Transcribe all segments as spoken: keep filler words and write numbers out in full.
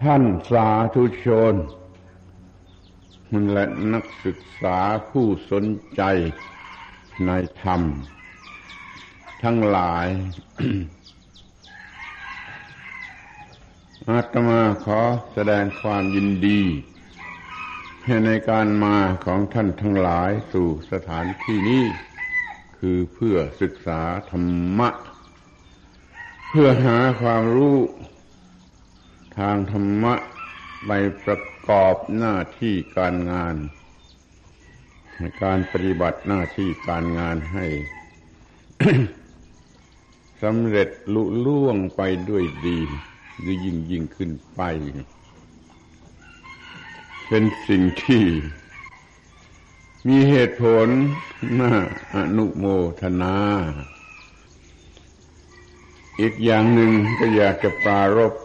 ท่านสาธุชนและนักศึกษาผู้สนใจในธรรมทั้งหลาย อาตมาขอแสดงความยินดีในการมาของท่านทั้งหลายสู่สถานที่นี้คือเพื่อศึกษาธรรมะเพื่อหาความรู้ทางธรรมะไปประกอบหน้าที่การงานในการปฏิบัติหน้าที่การงานให้ สำเร็จลุล่วงไปด้วยดีหรือยิ่งยิ่งขึ้นไปเป็นสิ่งที่มีเหตุผลน่าอนุโมทนาอีกอย่างหนึ่งก็อยากจะปรารภ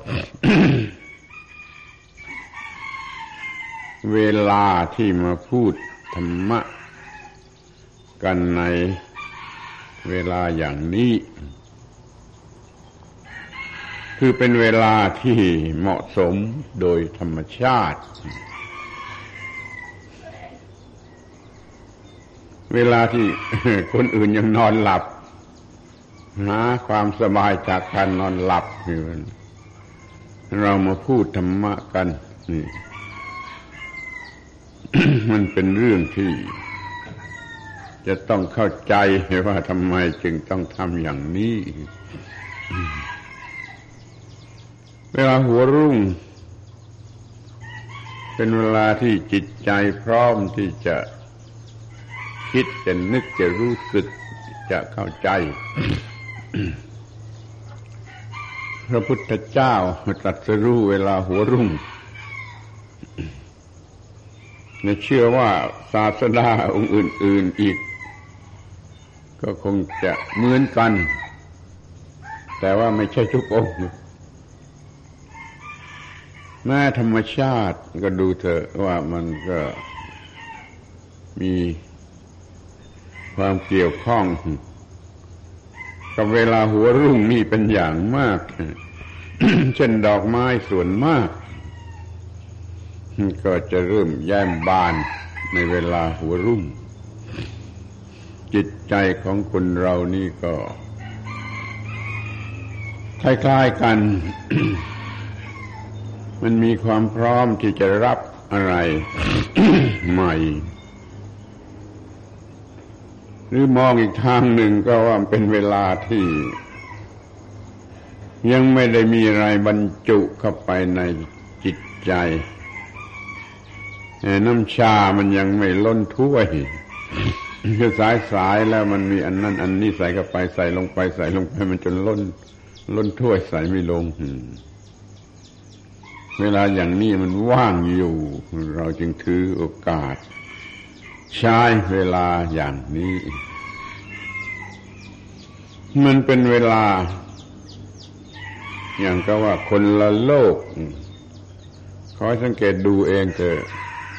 เวลาที่มาพูดธรรมะกันในเวลาอย่างนี้คือเป็นเวลาที่เหมาะสมโดยธรรมชาติเวลาที่ คนอื่นยังนอนหลับหาความสบายจากการนอนหลับเรามาพูดธรรมะกันนี่ มันเป็นเรื่องที่จะต้องเข้าใจว่าทำไมจึงต้องทำอย่างนี้ เวลาหัวรุ่งเป็นเวลาที่จิตใจพร้อมที่จะคิดจะนึกจะรู้สึกจะเข้าใจ พระพุทธเจ้าตรัสรู้เวลาหัวรุ่งและเชื่อว่าศาสดาองค์อื่นๆอีกก็คงจะเหมือนกันแต่ว่าไม่ใช่ทุกองค์แม้ธรรมชาติก็ดูเถอะว่ามันก็มีความเกี่ยวข้องกับเวลาหัวรุ่งนี่เป็นอย่างมาก เช่นดอกไม้ส่วนมากก็จะเริ่มแย้มบานในเวลาหัวรุ่งจิตใจของคนเรานี่ก็คล้ายๆกัน มันมีความพร้อมที่จะรับอะไร ใหม่หรือมองอีกทางหนึ่งก็ว่าเป็นเวลาที่ยังไม่ได้มีอะไรบรรจุเข้าไปในจิตใจน้ำชามันยังไม่ล้นถ้วยคือสายๆแล้วมันมีอันนั้นอันนี้ใส่เข้าไปใส่ลงไปใส่ลงไปมันจนล้นล้นถ้วยใส่ไม่ลงเวลาอย่างนี้มันว่างอยู่เราจึงถือโอกาสใช้เวลาอย่างนี้มันเป็นเวลาอย่างก็ว่าคนละโลกขอสังเกตดูเองเถอะ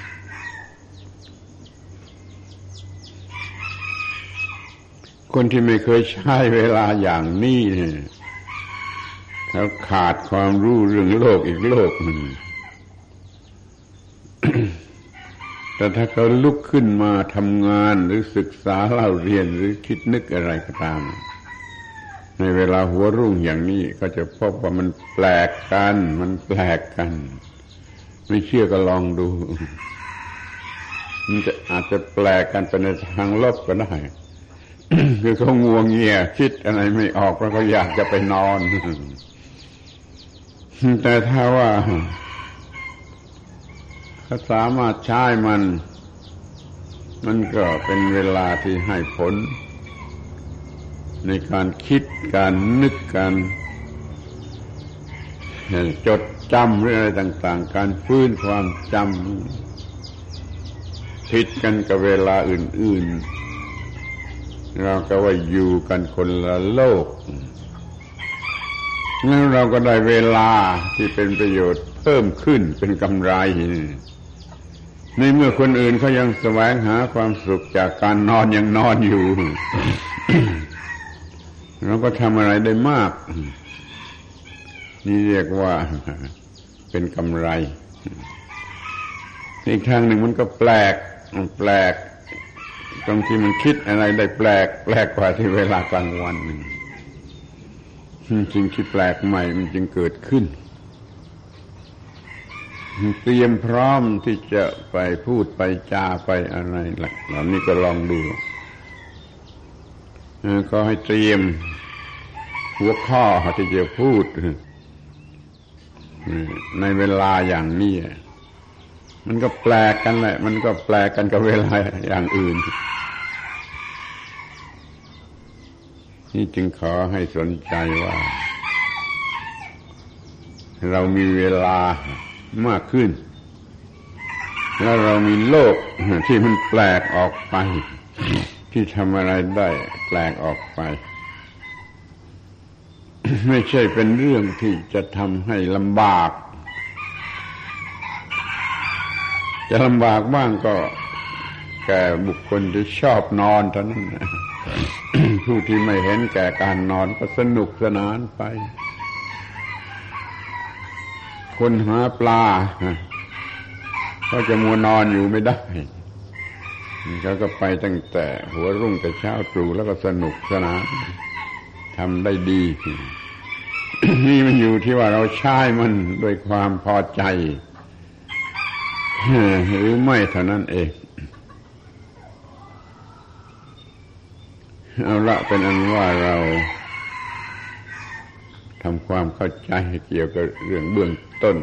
คนที่ไม่เคยใช้เวลาอย่างนี้เนี่ยเขาขาดความรู้เรื่องโลกอีกโลกหนึ่ง แต่ถ้าเขาลุกขึ้นมาทำงานหรือศึกษาเล่าเรียนหรือคิดนึกอะไรก็ตามในเวลาหัวรุ่งอย่างนี้ก็จะพบว่ามันแปลกกันมันแปลกกันไม่เชื่อก็ลองดู มันจะอาจจะแปลกกันไปในทางลบก็ได้ คือเขางัวเงียคิดอะไรไม่ออกเพราะเขาอยากจะไปนอน แต่ถ้าว่าถ้าสามารถใช้มันมันก็เป็นเวลาที่ให้ผลในการคิดการนึกการจดจำหรืออะไรต่างๆการฟื้นความจำผิดกันกับเวลาอื่นๆเราก็ว่าอยู่กันคนละโลกงั้นเราก็ได้เวลาที่เป็นประโยชน์เพิ่มขึ้นเป็นกำไรในเมื่อคนอื่นเขายังแสวงหาความสุขจากการนอนยังนอนอยู่ เราก็ทำอะไรได้มากนี่เรียกว่าเป็นกำไรอีกทางหนึ่งมันก็แปลกแปลกตรงที่มันคิดอะไรได้แปลกแปลกกว่าที่เวลากลางวันหนึ่งสิ่งที่แปลกใหม่มันจึงเกิดขึ้นเตรียมพร้อมที่จะไปพูดไปจาไปอะไรเหล่านี้ก็ลองดูก็ให้เตรียมหัวข้อที่จะพูดในเวลาอย่างนี้มันก็แปลกกันแหละมันก็แปลกกันกับเวลาอย่างอื่นนี่จึงขอให้สนใจว่าเรามีเวลามากขึ้นแล้วเรามีโลกที่มันแปลกออกไปที่ทำอะไรได้แปลกออกไปไม่ใช่เป็นเรื่องที่จะทำให้ลำบากจะลำบากบ้างก็แก่บุคคลที่ชอบนอนเท่านั้นผู้ที่ไม่เห็นแก่การนอนก็สนุกสนานไปคนหาปลาเขาจะมัวนอนอยู่ไม่ได้เขาก็ไปตั้งแต่หัวรุ่งแต่เช้าตรู่แล้วก็สนุกสนานทำได้ดี นี่มันอยู่ที่ว่าเราใช้มันด้วยความพอใจหรือไม่เท่านั้นเองเอาละเป็นอันว่าเราทำความเข้าใจเกี่ยวกับเรื่องเบื้องต้น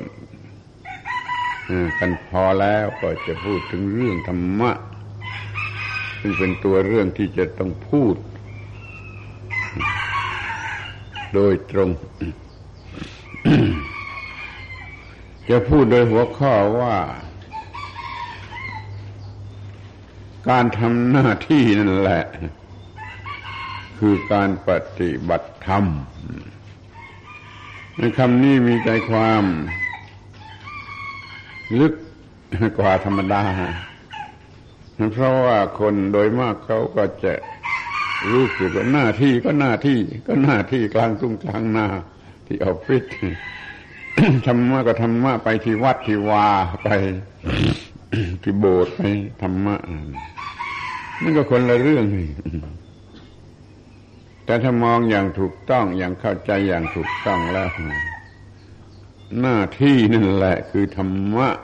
กันพอแล้วก็จะพูดถึงเรื่องธรรมะซึ่งเป็นตัวเรื่องที่จะต้องพูดโดยตรง จะพูดโดยหัวข้อว่าการทำหน้าที่นั่นแหละคือการปฏิบัติธรรมในคำนี้มีใจความลึกกว่าธรรมดาเพราะว่าคนโดยมากเขาก็จะรู้สึกว่าหน้าที่ก็หน้าที่ก็หน้าที่กลางทุ่งกลางนาที่ออฟฟิศธรรมะก็ธรรมะไปที่วัดที่วาไปที่โบสถ์ไปธรรมะนั่นก็คนละเรื่องนี่แต่ถ้ามองอย่างถูกต้องอย่างเข้าใจอย่างถูกต้องแล้วหน้าที่นั่นแหละคือธรรมะ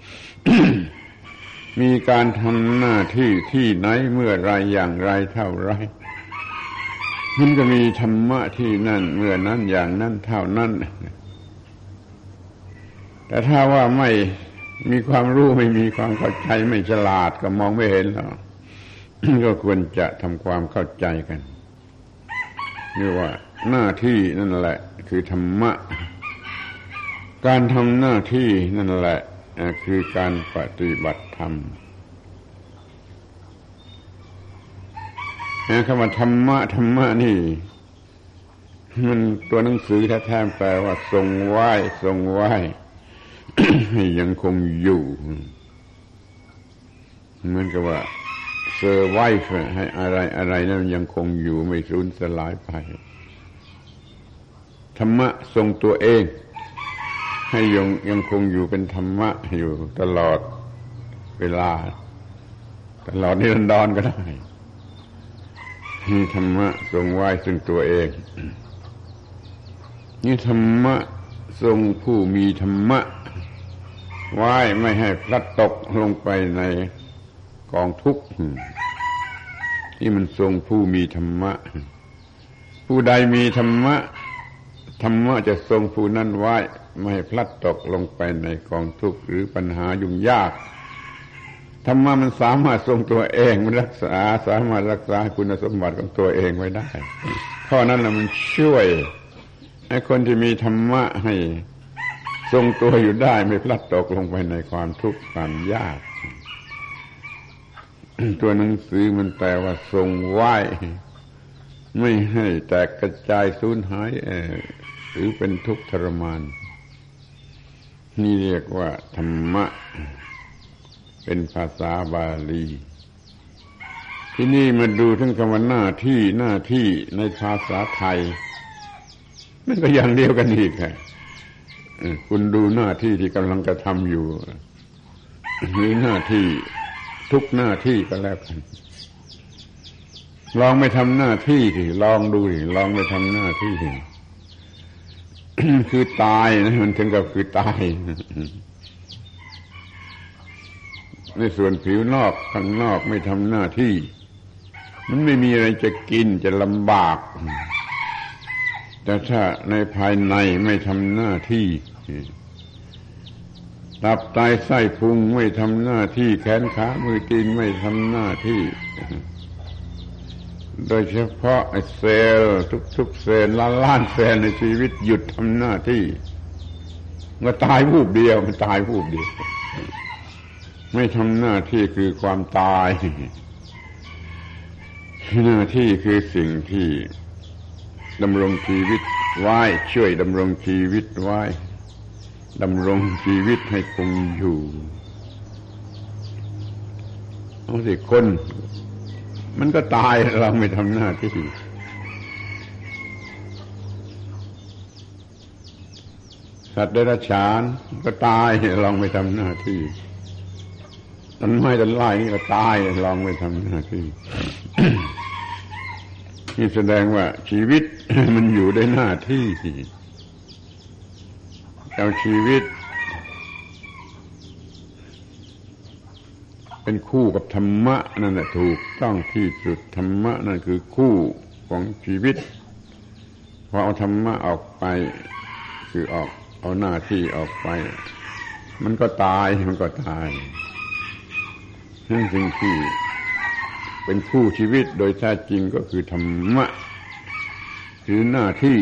มีการทำหน้าที่ที่ไหนเมื่อไรอย่างไรเท่าไรมันก็มีธรรมะที่นั่นเมื่อนั้นอย่างนั้นเท่านั้นแต่ถ้าว่าไม่มีความรู้ไม่มีความเข้าใจไม่ฉลาดก็มองไม่เห็นหรอก ก็ควรจะทำความเข้าใจกันเรียกว่าหน้าที่นั่นแหละคือธรรมะการทำหน้าที่นั่นแหละคือการปฏิบัติธรรมคำว่าธรรมะธรรมะนี่มันตัวหนังสือแท้ๆแปลว่าทรงไว้ทรงไว้ ให้ยังคงอยู่เหมือนกับว่าเซอร์ไวฟ์ให้อะไรอะไรนั้นยังคงอยู่ไม่สูญสลายไปธรรมะทรงตัวเองให้ยังยังคงอยู่เป็นธรรมะอยู่ตลอดเวลาตลอดนิรันดรก็ได้นี่ธรรมะทรงไว้ซึ่งตัวเองนี่ธรรมะทรงผู้มีธรรมะไว้ไม่ให้พลัดตกลงไปในกองทุกข์นี่มันทรงผู้มีธรรมะผู้ใดมีธรรมะธรรมะจะทรงผู้นั้นไว้ไม่ให้พลัดตกลงไปในกองทุกข์หรือปัญหายุ่งยากธรรมะมันสามารถทรงตัวเองมันรักษาสามารถรักษาคุณสมบัติของตัวเองไว้ได้เพราะนั้นมันช่วยให้คนที่มีธรรมะให้ทรงตัวอยู่ได้ไม่พลัดตกลงไปในความทุกข์ความยากตัวหนังสือมันแปลว่าทรงไว้ไม่ให้แตกกระจายสูญหายหรือเป็นทุกข์ทรมานนี่เรียกว่าธรรมะเป็นภาษาบาลีที่นี่มาดูถึงคำว่าหน้าที่หน้าที่ในภาษาไทยมันก็อย่างเดียวกันอีกค่ะคุณดูหน้าที่ที่กำลังจะทำอยู่หรือหน้าที่ทุกหน้าที่ก็แล้วกันลองไม่ทำหน้าที่สิลองดูสิลองไม่ทำหน้าที่สิ คือตายนะมันถึงกับคือตายในส่วนผิวนอกข้างนอกไม่ทำหน้าที่มันไม่มีอะไรจะกินจะลำบากแต่ถ้าในภายในไม่ทำหน้าที่ตับไตไส้พุงไม่ทำหน้าที่แขนขามือตีนไม่ทำหน้าที่โดยเฉพาะเซลล์ทุกๆเซลล์ล้านๆเซลล์ในชีวิตหยุดทำหน้าที่มันตายวูบเดียวมันตายวูบเดียวไม่ทำหน้าที่คือความตายหน้าที่คือสิ่งที่ดำรงชีวิตไว้ช่วยดำรงชีวิตไว้ดำรงชีวิตให้คงอยู่เอาสิคนมันก็ตายเราไม่ทำหน้าที่สัตว์เดรัจฉานก็ตายลองไม่ทำหน้าที่ต้นไม้ต้นไม้นี่ก็ตายลองไม่ทำหน้าที่ นี่แสดงว่าชีวิตมันอยู่ด้วยหน้าที่เอาชีวิตเป็นคู่กับธรรมะนั่นแหละถูกต้องที่สุดธรรมะนั่นคือคู่ของชีวิตพอเอาธรรมะออกไปคือออกเอาหน้าที่ออกไปมันก็ตายมันก็ตายนั่นสิ่งที่เป็นคู่ชีวิตโดยแท้จริงก็คือธรรมะคือหน้าที่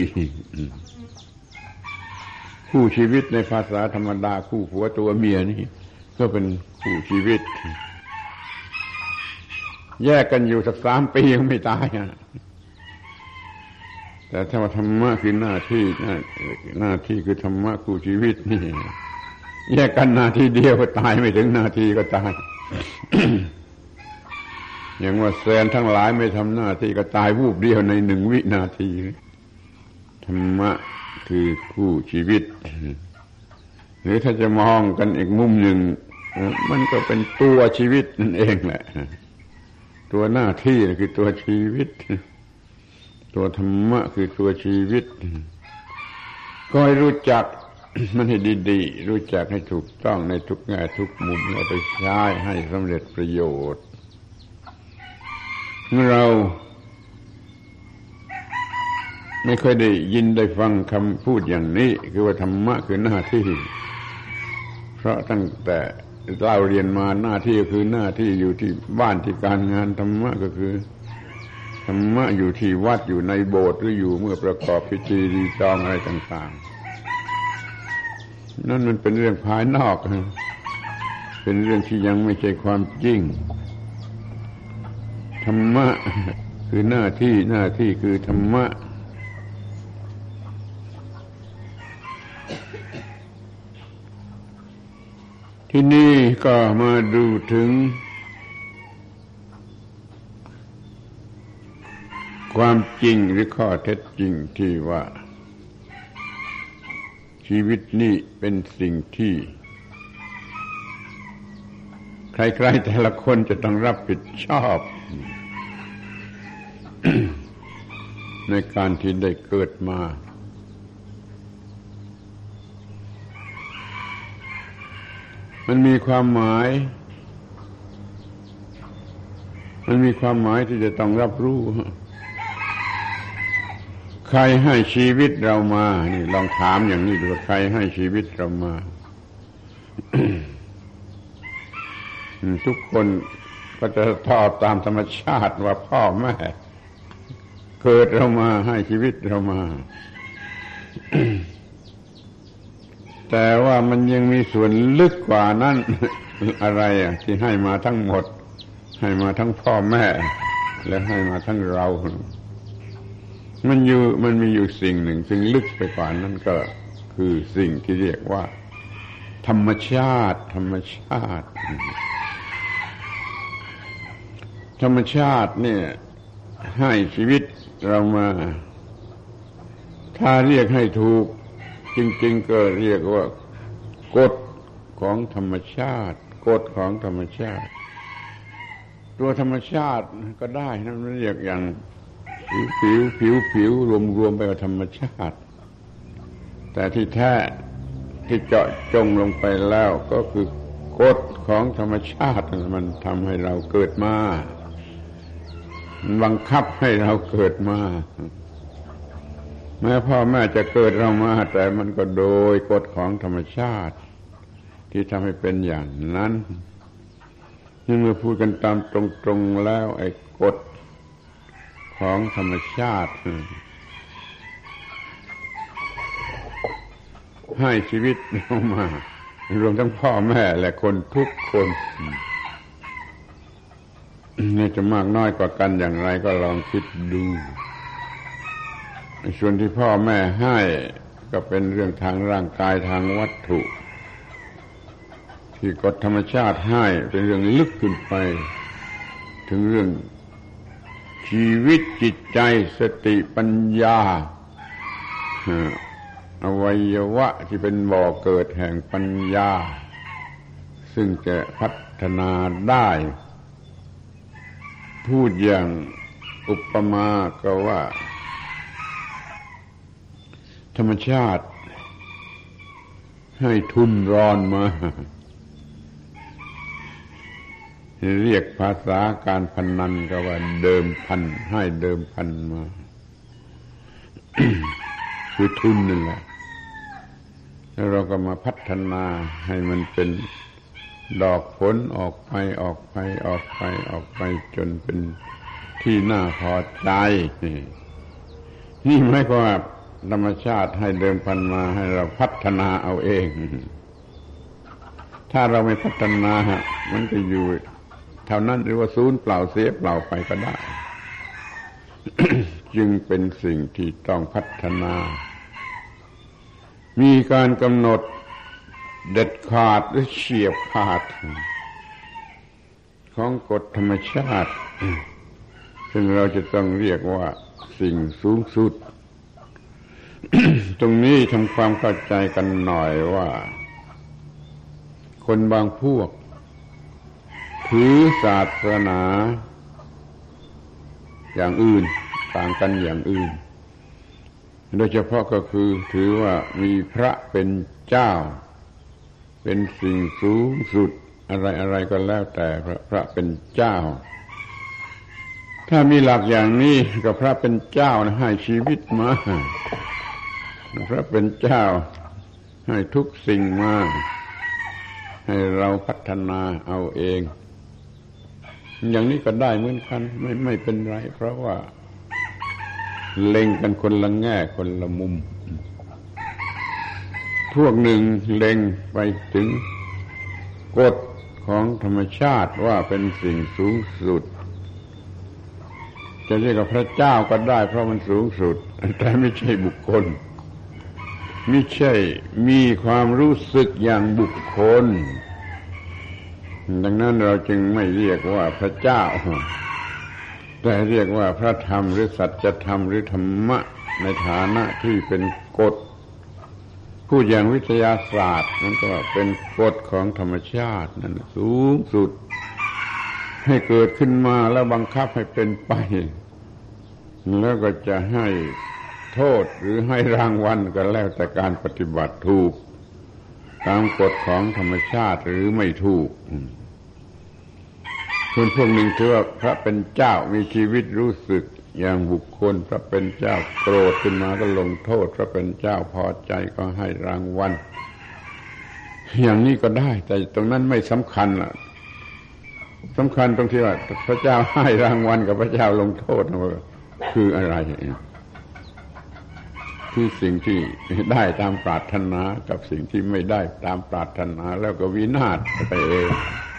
คู่ชีวิตในภาษาธรรมดาคู่ผัวตัวเมียนี่ก็เป็นคู่ชีวิตแยกกันอยู่สักสามปียังไม่ตายอ่ะแต่ถ้าว่าธรรมะคือหน้าที่หน้าที่คือธรรมะคู่ชีวิตนี่แยกกันนาทีเดียวก็ตายไม่ถึงนาทีก็ตาย อย่างว่าแซนทั้งหลายไม่ทำหน้าที่ก็ตายวูบเดียวในหนึ่งวินาทีธรรมะคือคู่ชีวิตหรือถ้าจะมองกันอีกมุมหนึ่งมันก็เป็นตัวชีวิตนั่นเองแหละตัวหน้าที่คือตัวชีวิตตัวธรรมะคือตัวชีวิตก็ให้รู้จักมันให้ดีๆรู้จักให้ถูกต้องในทุกแง่ทุกมุมแล้วไปใช้ให้สำเร็จประโยชน์เมื่อเราไม่ค่อยได้ยินได้ฟังคำพูดอย่างนี้คือว่าธรรมะคือหน้าที่เพราะตั้งแต่เราเรียนมาหน้าที่ก็คือหน้าที่อยู่ที่บ้านที่การงานธรรมะก็คือธรรมะอยู่ที่วัดอยู่ในโบสถ์หรืออยู่เมื่อประกอบพิธีรีตองอะไรต่างๆนั่นมันเป็นเรื่องภายนอกเป็นเรื่องที่ยังไม่ใช่ความจริงธรรมะคือหน้าที่หน้าที่คือธรรมะที่นี่ก็มาดูถึงความจริงหรือข้อเท็จจริงที่ว่าชีวิตนี้เป็นสิ่งที่ใครๆแต่ละคนจะต้องรับผิดชอบ ในการที่ได้เกิดมามันมีความหมายมันมีความหมายที่จะต้องรับรู้ใครให้ชีวิตเรามานี่ลองถามอย่างนี้ดูว่าใครให้ชีวิตเรามา ทุกคนก็จะตอบตามธรรมชาติว่าพ่อแม่เกิดเรามาให้ชีวิตเรามา แต่ว่ามันยังมีส่วนลึกกว่านั้น อะไรอ่ะที่ให้มาทั้งหมดให้มาทั้งพ่อแม่และให้มาทั้งเรามันอยู่มันมีอยู่สิ่งหนึ่งซึ่งลึกไปกว่านั้นก็คือสิ่งที่เรียกว่าธรรมชาติธรรมชาติธรรมชาติเนี่ยให้ชีวิตเรามาถ้าเรียกให้ถูกจริงๆก็เรียกว่ากฎของธรรมชาติกฎของธรรมชาติตัวธรรมชาติก็ได้นะมันเรียกอย่างผิวผิวผิวรวมๆไปกับธรรมชาติแต่ที่แท้ที่เจาะจงลงไปแล้วก็คือกฎของธรรมชาติมันทำให้เราเกิดมามันบังคับให้เราเกิดมาแม้พ่อแม่จะเกิดเรามาแต่มันก็โดยกฎของธรรมชาติที่ทำให้เป็นอย่างนั้นนี่เมื่อพูดกันตามตรงๆแล้วไอ้กฎของธรรมชาติให้ชีวิตเรามารวมทั้งพ่อแม่และคนทุกคนนี่จะมากน้อยกว่ากันอย่างไรก็ลองคิดดูส่วนที่พ่อแม่ให้ก็เป็นเรื่องทางร่างกายทางวัตถุที่กฎธรรมชาติให้เป็นเรื่องลึกขึ้นไปถึงเรื่องชีวิตจิตใจสติปัญญาอวัยวะที่เป็นบ่อเกิดแห่งปัญญาซึ่งจะพัฒนาได้พูดอย่างอุปมาก็ว่าธรรมชาติให้ทุนร้อนมาเรียกภาษาการพนันก็ว่าเดิมพันให้เดิมพันมา คือทุนนั่นแหละแล้วเราก็มาพัฒนาให้มันเป็นดอกผลออกไปออกไปออกไปออกไปจนเป็นที่น่าพอใจนี่ไม่ก็ว่าธรรมชาติให้เดิมพันมาให้เราพัฒนาเอาเองถ้าเราไม่พัฒนามันก็อยู่เท่านั้นหรือว่าศูนย์เปล่าเสียเปล่าไปก็ได้ จึงเป็นสิ่งที่ต้องพัฒนามีการกำหนดเด็ดขาดหรือเฉียบขาดของกฎธรรมชาติซึ่งเราจะต้องเรียกว่าสิ่งสูงสุด ตรงนี้ทำความเข้าใจกันหน่อยว่าคนบางพวกถือศาสนาอย่างอื่นต่างกันอย่างอื่นโดยเฉพาะก็คือถือว่ามีพระเป็นเจ้าเป็นสิ่งสูงสุดอะไรอะไรก็แล้วแต่พระพระเป็นเจ้าถ้ามีหลักอย่างนี้ก็พระเป็นเจ้านะให้ชีวิตมาพระเป็นเจ้าให้ทุกสิ่งมาให้เราพัฒนาเอาเองอย่างนี้ก็ได้เหมือนกันไม่ไม่เป็นไรเพราะว่าเล็งกันคนละแง่คนละมุมพวกหนึ่งเล็งไปถึงกฎของธรรมชาติว่าเป็นสิ่งสูงสุดจะเรียกว่าพระเจ้าก็ได้เพราะมันสูงสุดแต่ไม่ใช่บุคคลไม่ใช่มีความรู้สึกอย่างบุคคลดังนั้นเราจึงไม่เรียกว่าพระเจ้าแต่เรียกว่าพระธรรมหรือสัจธรรมหรือธรรมะในฐานะที่เป็นกฎพูดอย่างวิทยาศาสตร์นั่นก็เป็นกฎของธรรมชาตินั่นสูงสุดให้เกิดขึ้นมาแล้วบังคับให้เป็นไปแล้วก็จะให้โทษหรือให้รางวัลก็แล้วแต่การปฏิบัติถูกตามกฎของธรรมชาติหรือไม่ถูกคนพวกหนึ่งถือว่าพระเป็นเจ้ามีชีวิตรู้สึกอย่างบุคคลพระเป็นเจ้าโกรธขึ้นมาก็ลงโทษพระเป็นเจ้าพอใจก็ให้รางวัลอย่างนี้ก็ได้แต่ตรงนั้นไม่สำคัญอ่ะสำคัญตรงที่ว่าพระเจ้าให้รางวัลกับพระเจ้าลงโทษคืออะไรคือสิ่งที่ได้ตามปรารถนากับสิ่งที่ไม่ได้ตามปรารถนาแล้วก็วินาศไปเอง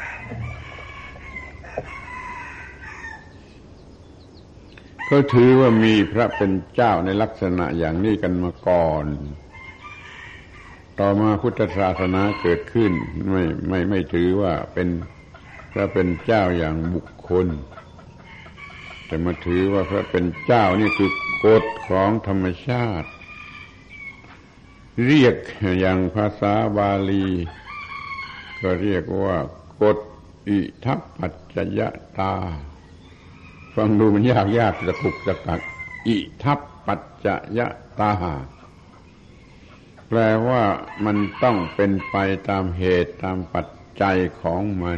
เขาถือว่ามีพระเป็นเจ้าในลักษณะอย่างนี้กันมาก่อนต่อมาพุทธศาสนาเกิดขึ้นไม่ไม่ไม่ถือว่าเป็นพระเป็นเจ้าอย่างบุคคลแต่มาถือว่าพระเป็นเจ้านี่คือกฎของธรรมชาติเรียกอย่างภาษาบาลีก็เรียกว่ากฎอิทัปปัจจยตาฟังดูมันยากยากตะกุกตะกักอิทัปปัจจยตาแปลว่ามันต้องเป็นไปตามเหตุตามปัจจัยของมัน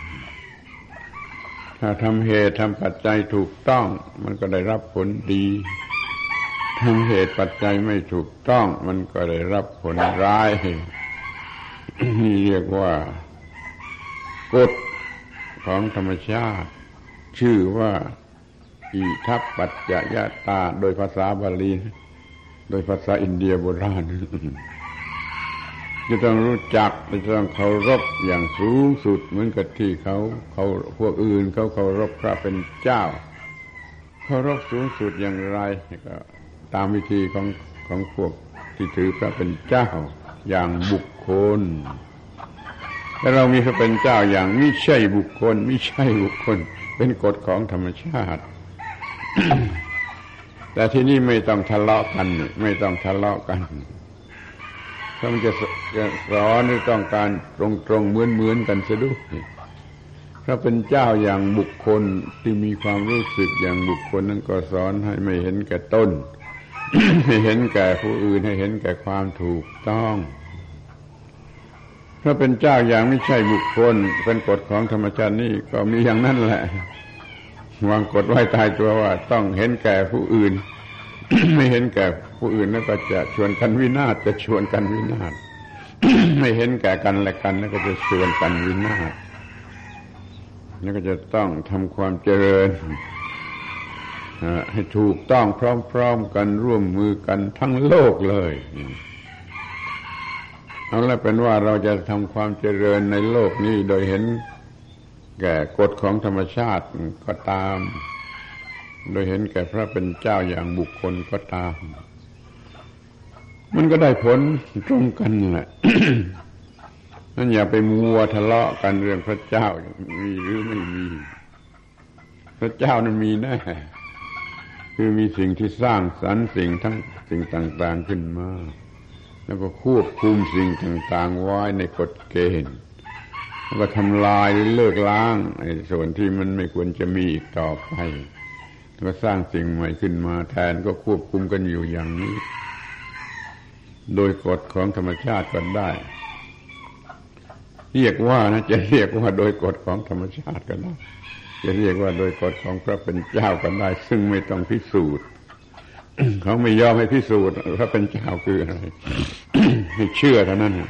ถ้าทำเหตุทำปัจจัยถูกต้องมันก็ได้รับผลดีทำเหตุปัจจัยไม่ถูกต้องมันก็ได้รับผลร้ายนี่เรียกว่ากฎของธรรมชาติชื่อว่าอิทัปปัจจยตาโดยภาษาบาลีโดยภาษาอินเดียโบราณจะต้องรู้จักจะต้องเคารพอย่างสูงสุดเหมือนกับที่เขาเขาพวกอื่นเขาเคารพพระเป็นเจ้าเคารพสูงสุดอย่างไรก็ตามวิธีของของพวกที่ถือพระเป็นเจ้าอย่างบุคคลแต่เรามีพระเป็นเจ้าอย่างไม่ใช่บุคคลไม่ใช่บุคคลเป็นกฎของธรรมชาติ แต่ที่นี่ไม่ต้องทะเลาะกันไม่ต้องทะเลาะกันถ้ามันจะสอนหรือต้องการตรงๆเหมือนๆกันซะด้วยถ้าเป็นเจ้าอย่างบุคคลที่มีความรู้สึกอย่างบุคคลนั้นก็สอนให้ไม่เห็นแก่ตน ให้เห็นแก่ผู้อื่นให้เห็นแก่ความถูกต้องถ้าเป็นเจ้าอย่างไม่ใช่บุคคลเป็นกฎของธรรมชาตินี่ก็มีอย่างนั้นแหละวางกฎไว้ตายตัวว่าต้องเห็นแก่ผู้อื่น ไม่เห็นแก่ผู้อื่นแล้วก็จะชวนกันวินาศจะชวนกันวินาศ ไม่เห็นแก่กันและกันแล้วก็จะชวนกันวินาศแล้วก็จะต้องทำความเจริญให้ถูกต้องพร้อมๆกันร่วมมือกันทั้งโลกเลยเอาละเป็นว่าเราจะทำความเจริญในโลกนี้โดยเห็นแก่กฎของธรรมชาติก็ตามโดยเห็นแก่พระเป็นเจ้าอย่างบุคคลก็ตามมันก็ได้ผลตรงกันแหละ นั่นอย่าไปมัวทะเลาะกันเรื่องพระเจ้ามีหรือไม่มีพระเจ้านั้นมีแน่คือมีสิ่งที่สร้างสรรค์สิ่งทั้งสิ่งต่างๆขึ้นมาแล้วก็ควบคุมสิ่งต่างๆไว้ในกฎเกณฑ์แล้วก็ทำลายหรือเลิกล้างไอ้ส่วนที่มันไม่ควรจะมีอีกต่อไปแล้วก็สร้างสิ่งใหม่ขึ้นมาแทนก็ควบคุมกันอยู่อย่างนี้โดยกฎของธรรมชาติก็ได้เรียกว่านะจะเรียกว่าโดยกฎของธรรมชาติก็ได้จะเรียกว่าโดยกฎของพระเป็นเจ้าก็ได้ซึ่งไม่ต้องพิสูจน์ เขาไม่ยอมให้พิสูจน์พระเป็นเจ้าคืออะไร ให้เชื่อเท่านั้น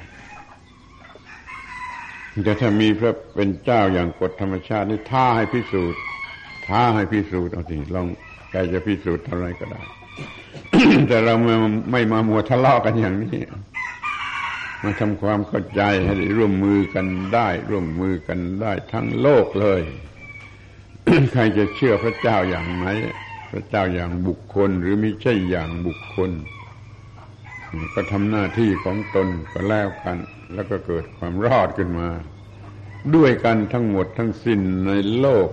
แต่ถ้ามีพระเป็นเจ้าอย่างกฎธรรมชาตินี่ท้าให้พิสูจน์ท้าให้พิสูจน์เอาสิลองใครจะพิสูจน์เท่าไรก็ได้ แต่เราไม่ไม่มามัวทะเลาะกันอย่างนี้มาทำความเข้าใจให้ร่วมมือกันได้ร่วมมือกันได้ทั้งโลกเลย ใครจะเชื่อพระเจ้าอย่างไหนพระเจ้าอย่างบุคคลหรือไม่ใช่อย่างบุคคลก็ทำหน้าที่ของตนก็แล้วกันแล้วก็เกิดความรอดขึ้นมาด้วยกันทั้งหมดทั้งสิ้นในโลก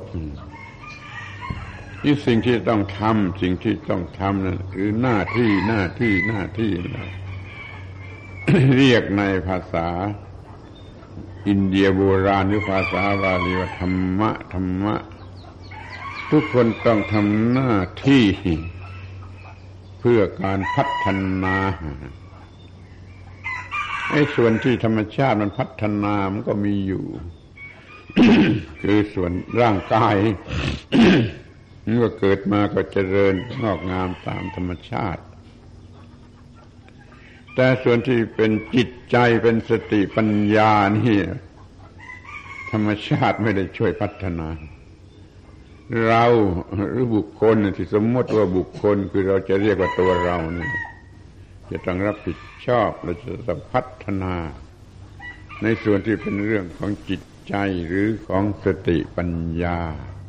นี่สิ่งที่ต้องทำสิ่งที่ต้องทำนั่นคือหน้าที่หน้าที่หน้าที่นะ เรียกในภาษาอินเดียโบราณหรือภาษาบาลีว่าธรรมะธรรมะทุกคนต้องทำหน้าที่เพื่อการพัฒนาไอ้ส่วนที่ธรรมชาติมันพัฒนามันก็มีอยู่ คือส่วนร่างกาย มันก็เกิดมาก็เจริญงอกงามตามธรรมชาติแต่ส่วนที่เป็นจิตใจเป็นสติปัญญานี่ธรรมชาติไม่ได้ช่วยพัฒนาเราหรือบุคคลที่สมมติว่าบุคคลคือเราจะเรียกว่าตัวเรานี่จะต้องรับผิดชอบและจะต้องพัฒนาในส่วนที่เป็นเรื่องของจิตใจหรือของสติปัญญา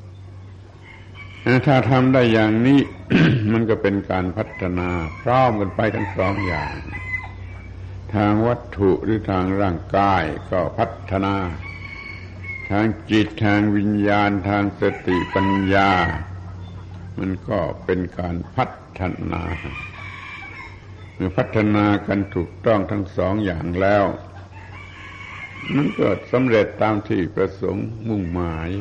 ถ้าทำได้อย่างนี้ มันก็เป็นการพัฒนาพร้อมกันไปทั้งสองอย่างทางวัตถุหรือทางร่างกายก็พัฒนาทางจิตทางวิญญาณทางสติปัญญามันก็เป็นการพัฒนาพัฒนากันถูกต้องทั้งสองอย่างแล้วมันก็สำเร็จตามที่ประสงค์มุ่งหมาย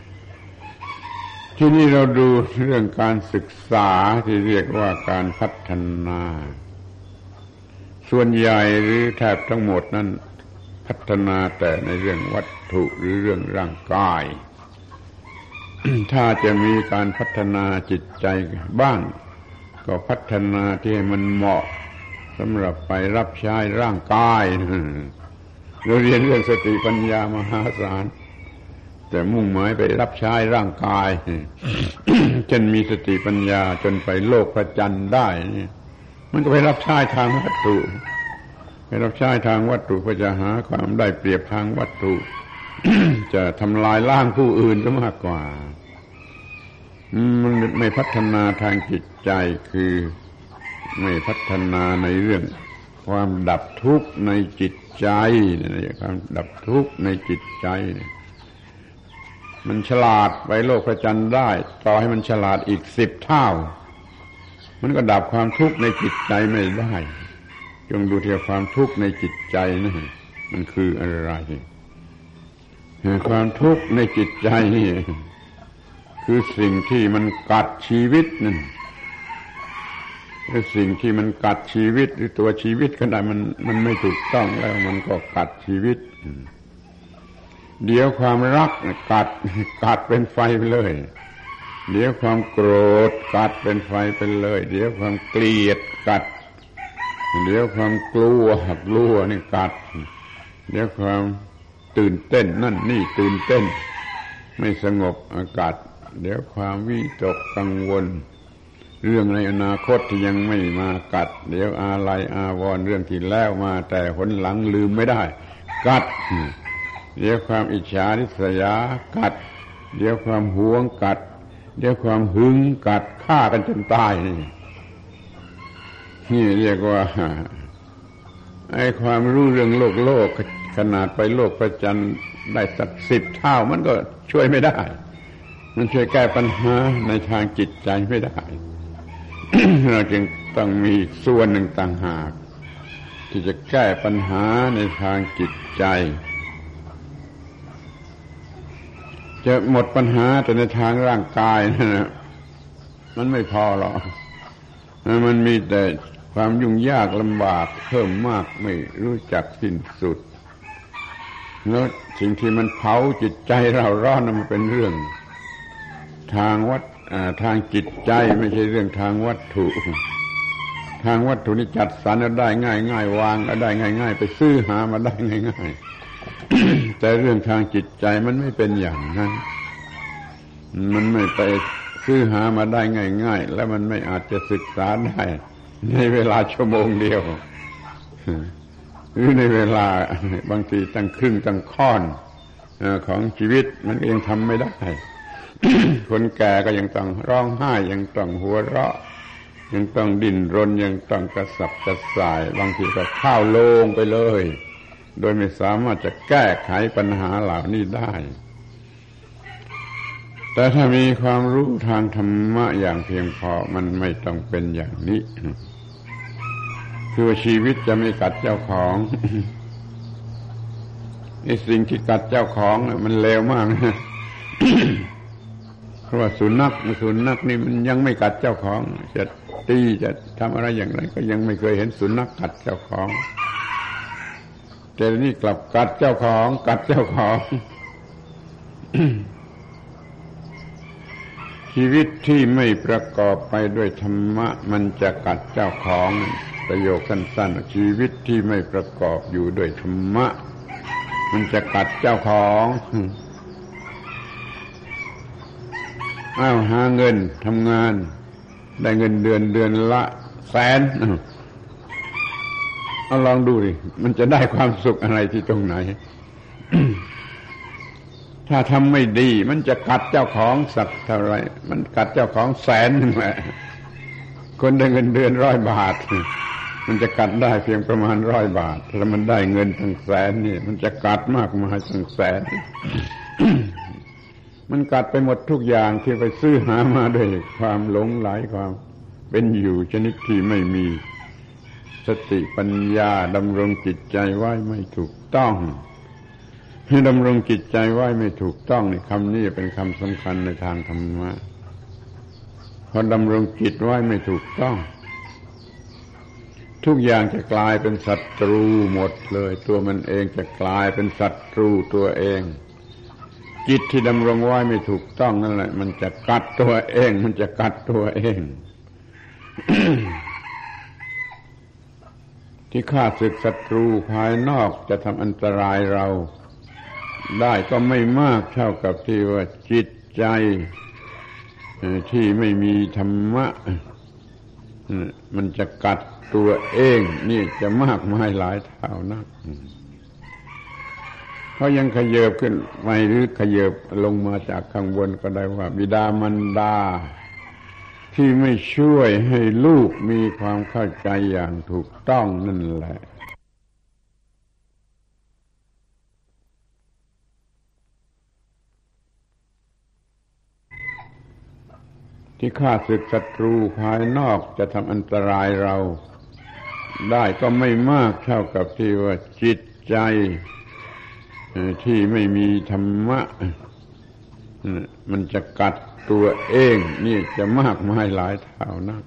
ที่นี่เราดูเรื่องการศึกษาที่เรียกว่าการพัฒนาส่วนใหญ่หรือแทบทั้งหมดนั้นพัฒนาแต่ในเรื่องวัตถุหรือเรื่องร่างกาย ถ้าจะมีการพัฒนาจิตใจบ้างก็พัฒนาที่ให้มันเหมาะสำหรับไปรับใช้ร่างกายเราเรียนเรื่องสติปัญญามหาศาลแต่มุ่งหมายไปรับใช้ร่างกาย จนมีสติปัญญาจนไปโลกพระจันทร์ได้นี่มันก็ไปรับใช้ทางวัตถุไปรับใช้ทางวัตถุเพื่อจะหาความได้เปรียบทางวัตถุ จะทำลายล้างผู้อื่นก็มากกว่ามันไม่พัฒนาทางจิตใจคือไม่พัฒนาในเรื่องความดับทุกข์ในจิตใจนะความดับทุกข์ในจิตใจมันฉลาดไปโลกพระจันทร์ได้ต่อให้มันฉลาดอีกสิบเท่ามันก็ดับความทุกข์ในจิตใจไม่ได้จงดูที่ความทุกข์ในจิตใจนะมันคืออะไรความทุกข์ในจิตใจนี่คือสิ่งที่มันกัดชีวิตนั่นคือสิ่งที่มันกัดชีวิตหรือตัวชีวิตก็ได้มันมันไม่ถูกต้องแล้วมันก็กัดชีวิตเดี๋ยวความรักกัดกัดเป็นไฟไปเลยเดี๋ยวความโกรธกัดเป็นไฟไปเลยเดี๋ยวความเกลียดกัดเดี๋ยวความกลัวกลัวนี่กัดเดี๋ยวความตื่นเต้นนั่นนี่ตื่นเต้นไม่สงบอากาศเดี๋ยวความวิตกกังวลเรื่องในอนาคตที่ยังไม่มากัดเดี๋ยวอาลัยอาวรณ์เรื่องที่แล้วมาแต่หนหลังลืมไม่ได้กัดเดี๋ยวความอิจฉาริษยากัดเดี๋ยวความหวงกัดเดี๋ยวความหึงกัดฆ่ากันจนตายนี่นี่เรียกว่าไอ้ความรู้เรื่องโลกโลกขนาดไปโลกพระจันทร์ได้สักสิบเท่ามันก็ช่วยไม่ได้มันช่วยแก้ปัญหาในทางจิตใจไม่ได้ เราจึงต้องมีส่วนหนึ่งต่างหากที่จะแก้ปัญหาในทางจิตใจจะหมดปัญหาแต่ในทางร่างกายนะมันไม่พอหรอกมันมีแต่ความยุ่งยากลำบากเพิ่มมากไม่รู้จักสิ้นสุดแล้วสิ่งที่มันเผาจิตใจเราร้อนมันเป็นเรื่องทางวัดทางจิตใจไม่ใช่เรื่องทางวัตถุทางวัตถุนี่จัดสรรได้ง่ายง่ายวางได้ง่ายง่ายไปซื้อหามาได้ง่ายง่าย แต่เรื่องทางจิตใจมันไม่เป็นอย่างนั้นมันไม่ไปซื้อหามาได้ง่ายๆแล้วมันไม่อาจจะศึกษาได้ในเวลาชั่วโมงเดียวหรือในเวลาบางทีตั้งครึ่งตั้งค่อนของชีวิตมันก็ยังทำไม่ได้ คนแก่ก็ยังต้องร้องไห้ยังต้องหัวเราะยังต้องดิ้นรนยังต้องกระสับกระส่ายบางทีก็เข้าโลงไปเลยโดยไม่สามารถจะแก้ไขปัญหาเหล่านี้ได้แต่ถ้ามีความรู้ทางธรรมะอย่างเพียงพอมันไม่ต้องเป็นอย่างนี้คือว่าชีวิตจะไม่กัดเจ้าของ ไอ้สิ่งที่กัดเจ้าของมันเลวมากนะ เพราะว่าสุนัขสุนัขนี่มันยังไม่กัดเจ้าของจะตีจะทำอะไรอย่างไรก็ยังไม่เคยเห็นสุนัขกัดเจ้าของแต่นี่กลับกัดเจ้าของกัดเจ้าของ ชีวิตที่ไม่ประกอบไปด้วยธรรมะมันจะกัดเจ้าของประโยคสั้นๆชีวิตที่ไม่ประกอบอยู่ด้วยธรรมะมันจะกัดเจ้าของอ้าวหาเงินทำงานได้เงินเดือนเดือนละแสนเอาลองดูดิมันจะได้ความสุขอะไรที่ตรงไหน ถ้าทำไม่ดีมันจะกัดเจ้าของสักเท่าไรมันกัดเจ้าของแสนนึงแหละคนได้เงินเดือนร้อยบาทมันจะกัดได้เพียงประมาณร้อยบาทถ้ามันได้เงินตั้งแสนนี่มันจะกัดมากมายตั้งแสน มันกัดไปหมดทุกอย่างที่ไปซื้อหามาด้วยความหลงไหลความเป็นอยู่ชนิดที่ไม่มีสติปัญญาดำรงจิตใจไว้ไม่ถูกต้องให้ดำรงจิตใจไว้ไม่ถูกต้องในคำนี้เป็นคำสำคัญในทางธรรมะพอดำรงจิตไว้ไม่ถูกต้องทุกอย่างจะกลายเป็นศัตรูหมดเลยตัวมันเองจะกลายเป็นศัตรูตัวเองจิตที่ดำรงไว้ไม่ถูกต้องนั่นแหละมันจะกัดตัวเองมันจะกัดตัวเอง ที่ข้าศึกศัตรูภายนอกจะทำอันตรายเราได้ก็ไม่มากเท่ากับที่ว่าจิตใจที่ไม่มีธรรมะมันจะกัดตัวเองนี่จะมากมายหลายเท่านักเขายังขยับขึ้นไปหรือขยับลงมาจากข้างบนก็ได้ว่าบิดามารดาที่ไม่ช่วยให้ลูกมีความเข้าใจอย่างถูกต้องนั่นแหละที่ข้าศึกศัตรูภายนอกจะทำอันตรายเราได้ก็ไม่มากเท่ากับที่ว่าจิตใจที่ไม่มีธรรมะมันจะกัดตัวเองนี่จะมากมายหลายเท่านัก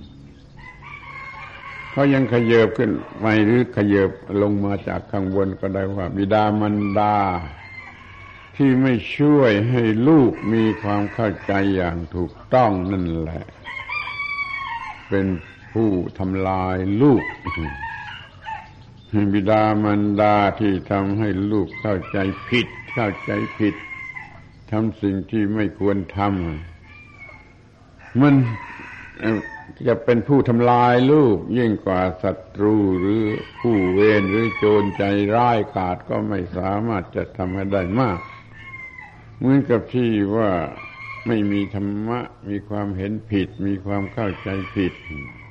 เขายังขยับขึ้นไปหรือขยับลงมาจากข้างบนก็ได้ว่าบิดามารดาที่ไม่ช่วยให้ลูกมีความเข้าใจอย่างถูกต้องนั่นแหละเป็นผู้ทำลายลูกบิดามารดาที่ทำให้ลูกเข้าใจผิดเข้าใจผิดทำสิ่งที่ไม่ควรทำมันจะเป็นผู้ทำลายลูกยิ่งกว่าศัตรูหรือผู้เวรหรือโจรใจร้ายกาจก็ไม่สามารถจะทำให้ได้มากเหมือนกับที่ว่าไม่มีธรรมะมีความเห็นผิดมีความเข้าใจผิด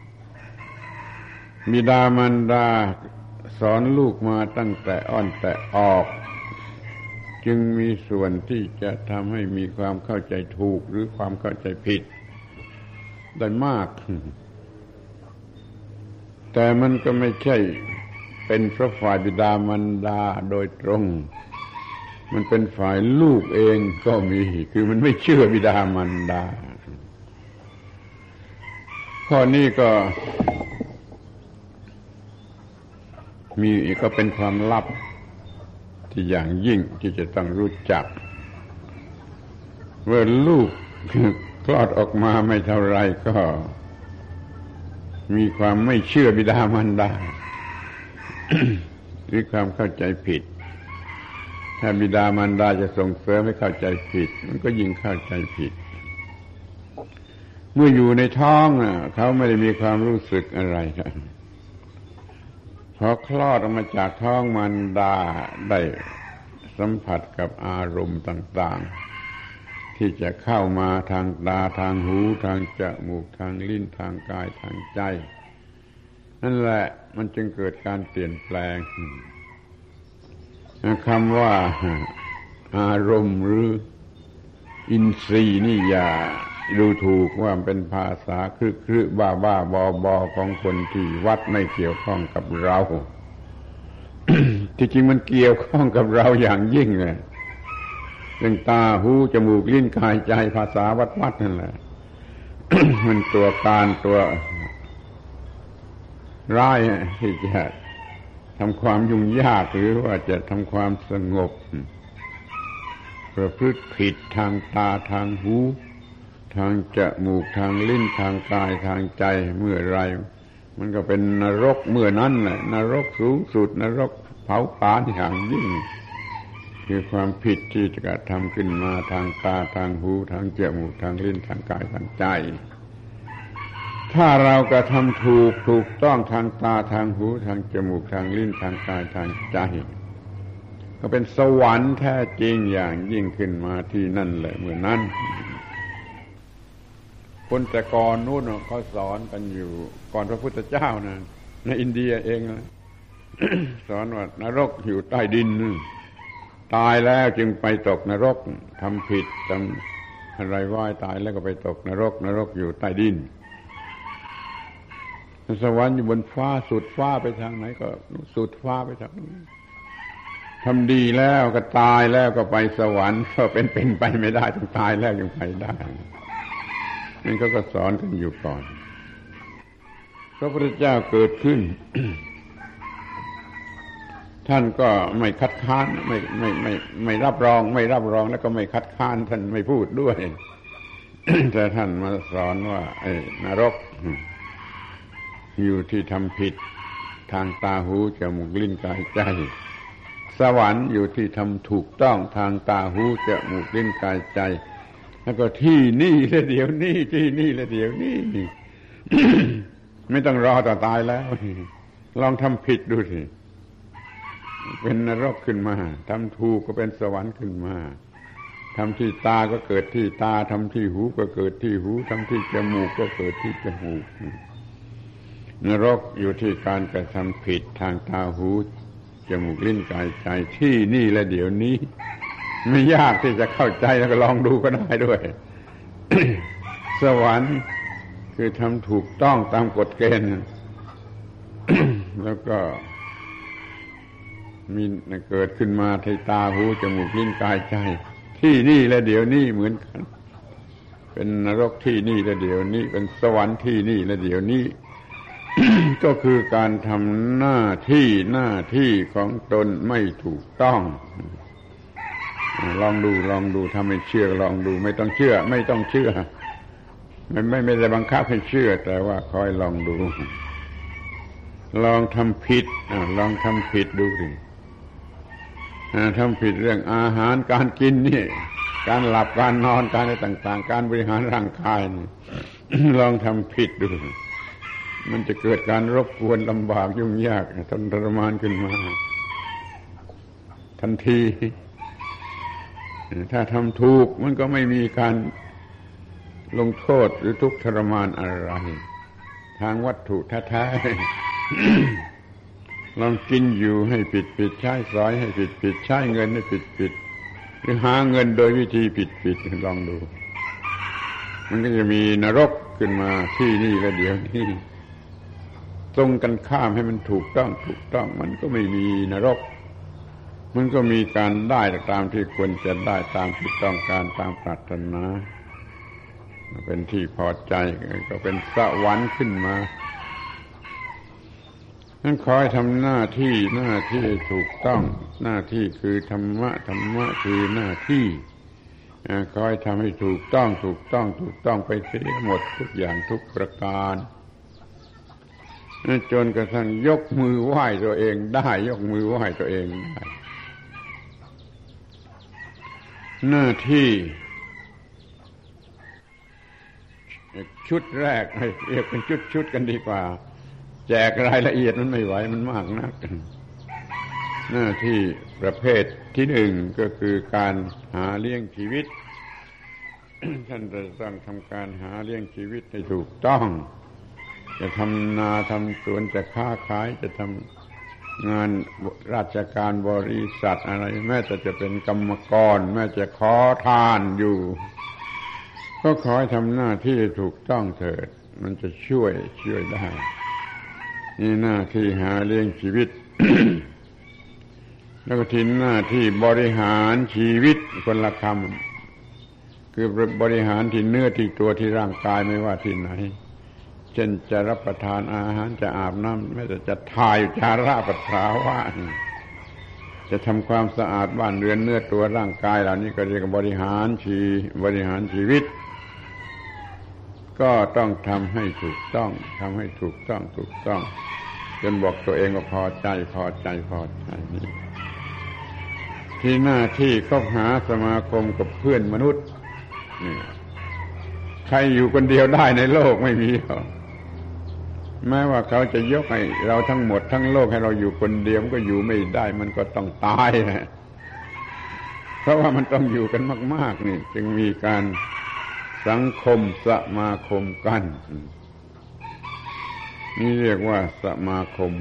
บิดามารดาสอนลูกมาตั้งแต่อ้อนแต่ออกจึงมีส่วนที่จะทำให้มีความเข้าใจถูกหรือความเข้าใจผิดได้มากแต่มันก็ไม่ใช่เป็นเพราะฝ่ายบิดามารดาโดยตรงมันเป็นฝ่ายลูกเองก็มีคือมันไม่เชื่อบิดามารดาข้อนี้ก็มีก็เป็นความลับที่อย่างยิ่งที่จะต้องรู้จักเมื่อลูกคลอดออกมาไม่เท่าไรก็มีความไม่เชื่อบิดามารดา หรือความเข้าใจผิดถ้าบิดามารดาจะส่งเสริมให้เข้าใจผิดมันก็ยิ่งเข้าใจผิดเมื่ออยู่ในท้องน่ะเขาไม่ได้มีความรู้สึกอะไรพอคลอดออกมาจากท้องมารดาได้สัมผัสกับอารมณ์ต่างๆที่จะเข้ามาทางตาทางหูทางจมูกทางลิ้นทางกายทางใจนั่นแหละมันจึงเกิดการเปลี่ยนแปลงคำว่าอารมณ์หรืออินทรีย์นี่อย่าดูถูกว่าเป็นภาษาครึกๆบ้าๆบอๆของคนที่วัดไม่เกี่ยวข้องกับเรา ที่จริงมันเกี่ยวข้องกับเราอย่างยิ่งเลยเรื่องตาหูจมูกลิ้นกายใจภาษาวัดๆนั่นแหละ มันตัวการตัวร้ายที่จะทำความยุ่งยากหรือว่าจะทำความสงบประพฤติผิดทางตาทางหูทางจมูกทางลิ้นทางกายทางใจเมื่อไรมันก็เป็นนรกเมื่อนั้นแหละนรกสูงสุดนรกเผาผลาญอย่างยิ่งคือความผิดที่จะกระทำขึ้นมาทางตาทางหูทางจมูกทางลิ้นทางกายทางใจถ้าเรากระทำถูกถูกต้องทางตาทางหูทางจมูกทางลิ้นทางกายทางใจก็เป็นสวรรค์แท้จริงอย่างยิ่งขึ้นมาที่นั่นเลยเมื่อนั้นคนแต่ก่อนนู้นเขาสอนกันอยู่ก่อนพระพุทธเจ้านะในอินเดียเองนะ สอนว่านรกอยู่ใต้ดินตายแล้วจึงไปตกนรกทำผิดทำอะไรไว้ตายแล้วก็ไปตกนรกนรกอยู่ใต้ดินสวรรค์อยู่บนฟ้าสุดฟ้าไปทางไหนก็สุดฟ้าไปทางนั้นทำดีแล้วก็ตายแล้วก็ไปสวรรค์ก็เป็นเป็นไปไม่ได้ต้องตายแล้วยังไปได้นั่นเขาก็สอนกันอยู่ก่อนพระพุทธเจ้าเกิดขึ้น ท่านก็ไม่คัดค้านไม่ไม่ไม่ไม่รับรองไม่รับรองแล้วก็ไม่คัดค้านท่านไม่พูดด้วย แต่ท่านมาสอนว่าไอ้นรกอยู่ที่ทำผิดทางตาหูจมูกลิ้นกายใจสวรรค์อยู่ที่ทำถูกต้องทางตาหูจมูกลิ้นกายใจแล้วก็ที่นี่และเดี๋ยวนี้ที่นี่และเดี๋ยวนี้ ไม่ต้องรอต่อตายแล้วลองทำผิดดูสิเป็นนรกขึ้นมาทำถูกก็เป็นสวรรค์ขึ้นมาทำที่ตาก็เกิดที่ตาทำที่หูก็เกิดที่หูทำที่จมูกก็เกิดที่จมูกนรกอยู่ที่การกระทำผิดทางตาหูจมูกลิ้นกายใจที่นี่และเดี๋ยวนี้ไม่ยากที่จะเข้าใจแล้วก็ลองดูก็ได้ด้วย สวรรค์คือทำถูกต้องตามกฎเกณฑ์ แล้วก็มีเกิดขึ้นมาที่ตาหูจมูกลิ้นกายใจที่นี่และเดี๋ยวนี้เหมือนกันเป็นนรกที่นี่และเดี๋ยวนี้เป็นสวรรค์ที่นี่และเดี๋ยวนี้ ก็คือการทำหน้าที่หน้าที่ของตนไม่ถูกต้องลองดูลองดูถ้าไม่เชื่อลองดูไม่ต้องเชื่อไม่ต้องเชื่อไม่ไม่ไม่ได้บังคับให้เชื่อแต่ว่าคอยลองดูลองทำผิดลองทำผิดดูสิทำผิดเรื่องอาหารการกินนี่การหลับการนอนการอะไรต่างๆการบริหารร่างกายนี่ ลองทำผิดดูมันจะเกิดการรบกวนลำบากยุ่งยากทนทรมานขึ้นมาทันทีถ้าทำถูกมันก็ไม่มีการลงโทษหรือทุกข์ทรมานอะไรทางวัตถุแท้ๆ ลองกินอยู่ให้ผิดผิดใช้สอยให้ผิดผิดใช้เงินให้ผิดผิดหรือหาเงินโดยวิธีผิดผิดลองดูมันก็จะมีนรกขึ้นมาที่นี่และเดี๋ยวนี้ตรงกันข้ามให้มันถูกต้องถูกต้องมันก็ไม่มีนรกมันก็มีการได้ตามที่ควรจะได้ตามที่ต้องการตามปรารถนาเป็นที่พอใจก็เป็นสวรรค์ขึ้นมานั่นขอให้ทำหน้าที่หน้าที่ถูกต้องหน้าที่คือธรรมะธรรมะคือหน้าที่ขอให้ทำให้ถูกต้องถูกต้องถูกต้องไปเสียหมดทุกอย่างทุกประการจนกระทั่งยกมือไหว้ตัวเองได้ยกมือไหว้ตัวเองได้หน้าที่ชุดแรกเรียกเป็นชุดๆกันดีกว่าแจกรายละเอียดมันไม่ไหวมันมากนักหน้าที่ประเภทที่หนึ่งก็คือการหาเลี้ยงชีวิต ท่านจะต้องทำการหาเลี้ยงชีวิตให้ถูกต้องจะทำนาทำสวนจะค้าขายจะทำงานราชการบริษัทอะไรแม้แต่จะเป็นกรรมกรแม้จะขอทานอยู่ก็ขอให้ทำหน้าที่ถูกต้องเถิดมันจะช่วยช่วยได้นี่หน้าที่หาเลี้ยงชีวิต แล้วก็ทิ้งหน้าที่บริหารชีวิตคนละคำคือบริหารที่เนื้อที่ตัวที่ร่างกายไม่ว่าที่ไหนเช่นจะรับประทานอาหารจะอาบน้ำแม้แต่จะถ่ายจาระปัสสาวะจะทำความสะอาดบ้านเรือนเนื้อตัวร่างกายเหล่านี้ก็เรียกว่าบริหารชีบริหารชีวิตก็ต้องทำให้ถูกต้องทำให้ถูกต้องถูกต้องจนบอกตัวเองว่าพอใจพอใจพอใจนี่ที่หน้าที่คบหาสมาคมกับเพื่อนมนุษย์นี่ใครอยู่คนเดียวได้ในโลกไม่มีหรอกแม้ว่าเขาจะยกให้เราทั้งหมดทั้งโลกให้เราอยู่คนเดียวก็อยู่ไม่ได้มันก็ต้องตายนะเพราะว่ามันต้องอยู่กันมากๆนี่จึงมีการสังคมสมาคมกันนี่เรียกว่าสมาคม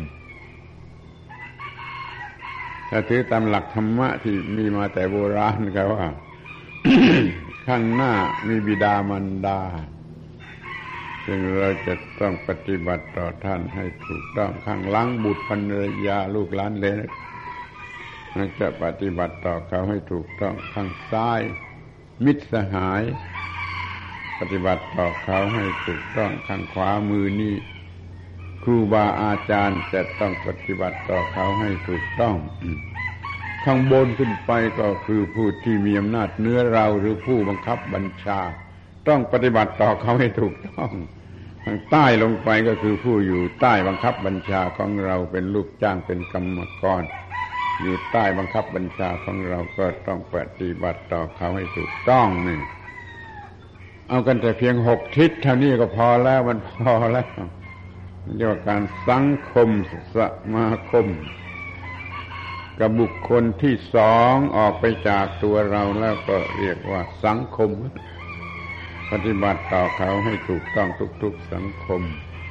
ถ้าถือตามหลักธรรมะที่มีมาแต่โบราณก็ว่า ข้างหน้ามีบิดามารดาซึ่งเราจะต้องปฏิบัติต่อท่านให้ถูกต้องข้างหลังบุตรภรรยาลูกหลานเลนเราจะปฏิบัติต่อเขาให้ถูกต้องข้างซ้ายมิตรสหายปฏิบัติต่อเขาให้ถูกต้องข้างขวามือนี่ครูบาอาจารย์จะต้องปฏิบัติต่อเขาให้ถูกต้องข้างบนขึ้นไปก็คือผู้ที่มีอำนาจเหนือเราหรือผู้บังคับบัญชาต้องปฏิบัติต่อเขาให้ถูกต้องทางใต้ลงไปก็คือผู้อยู่ใต้บังคับบัญชาของเราเป็นลูกจ้างเป็นกรรมกรอยู่ใต้บังคับบัญชาของเราก็ต้องปฏิบัติต่อเขาให้ถูกต้องนี่เอากันแต่เพียงหกทิศเท่านี้ก็พอแล้วมันพอแล้วเรียกว่าการสังคมสมาคมกับบุคคลที่สองออกไปจากตัวเราแล้วก็เรียกว่าสังคมปฏิบัติต่อเขาให้ถูกต้องทุกๆสังคม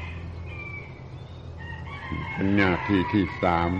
เป็นหน้าที่ที่สาม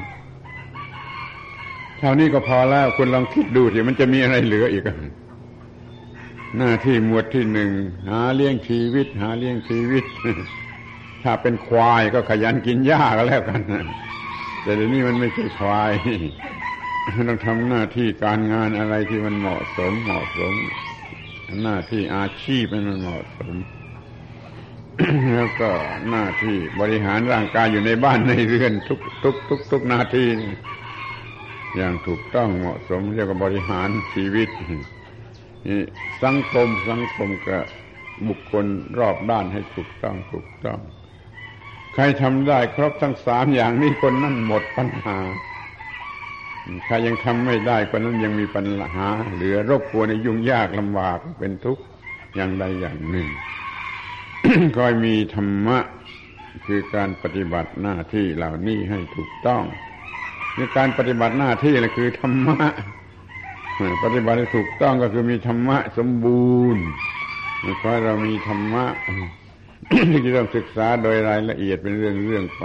เท่านี้ก็พอแล้วคุณลองคิดดูสิมันจะมีอะไรเหลืออีกหน้าที่หมวดที่หนึ่งหาเลี้ยงชีวิตหาเลี้ยงชีวิตถ้าเป็นควายก็ขยันกินหญ้าก็แล้วกันแต่เดี๋ยวนี้มันไม่ใช่ควายต้องทำหน้าที่การงานอะไรที่มันเหมาะสมเหมาะสมหน้าที่อาชีพให้มันเหมาะสม แล้วก็หน้าที่บริหารร่างกายอยู่ในบ้านในเรือนทุกทุกทุกทุกหน้าที่อย่างถูกต้องเหมาะสมเรียกว่าบริหารชีวิตนี่สังคมสังคมกับบุคคลรอบด้านให้ถูกต้องถูกต้องใครทำได้ครบทั้งสามอย่างนี้คนนั้นหมดปัญหาใครยังทำไม่ได้คนนั้นยังมีปัญหาเหลือรบกวนในยุ่งยากลำบากเป็นทุกข์อย่างใดอย่างหนึ่ง ก็มีธรรมะคือการปฏิบัติหน้าที่เหล่านี้ให้ถูกต้องในการปฏิบัติหน้าที่นั่นคือธรรมะปฏิบัติให้ถูกต้องก็คือมีธรรมะสมบูรณ์เพราะเรามีธรรมะ ที่จะต้องศึกษาโดยรายละเอียดเป็นเรื่องๆไป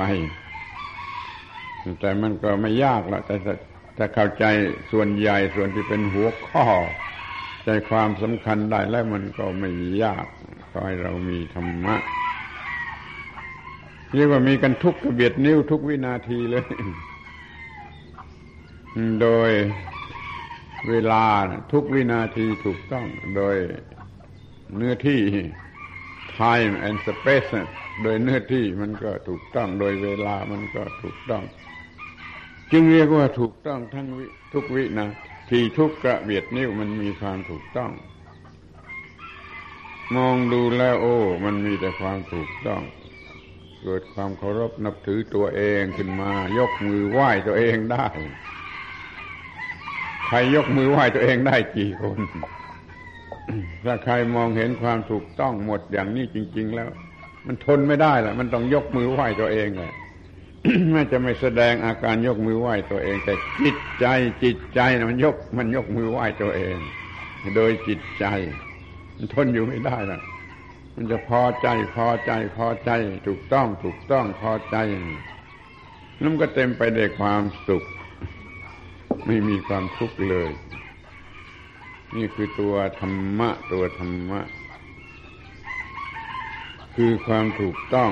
แต่มันก็ไม่ยากหรอกแต่ถ้าเข้าใจส่วนใหญ่ส่วนที่เป็นหัวข้อใจความสำคัญได้แล้วมันก็ไม่ยากขอให้เรามีธรรมะเรียกว่ามีกันทุกกระเบียดนิ้วทุกวินาทีเลยโดยเวลาทุกวินาทีถูกต้องโดยเนื้อที่ time and space โดยเนื้อที่มันก็ถูกต้องโดยเวลามันก็ถูกต้องจึงเรียกว่าถูกต้องทั้งวิทุกวินาทีทุกกระเบียดนิ้วมันมีความถูกต้องมองดูแล้วโอ้มันมีแต่ความถูกต้องเกิดความเคารพนับถือตัวเองขึ้นมายกมือไหว้ตัวเองได้ใครยกมือไหว้ตัวเองได้กี่คนถ้าใครมองเห็นความถูกต้องหมดอย่างนี้จริงๆแล้วมันทนไม่ได้ล่ะมันต้องยกมือไหว้ตัวเองแหละ แม้จะไม่แสดงอาการยกมือไหว้ตัวเองแต่จิตใจจิตใจนะมันยกมันยกมือไหว้ตัวเองโดยจิตใจมันทนอยู่ไม่ได้ล่ะมันจะพอใจพอใจพอใจถูกต้องถูกต้องพอใจนั่นก็เต็มไปด้วยความสุขไม่มีความทุกข์เลยนี่คือตัวธรรมะตัวธรรมะคือความถูกต้อง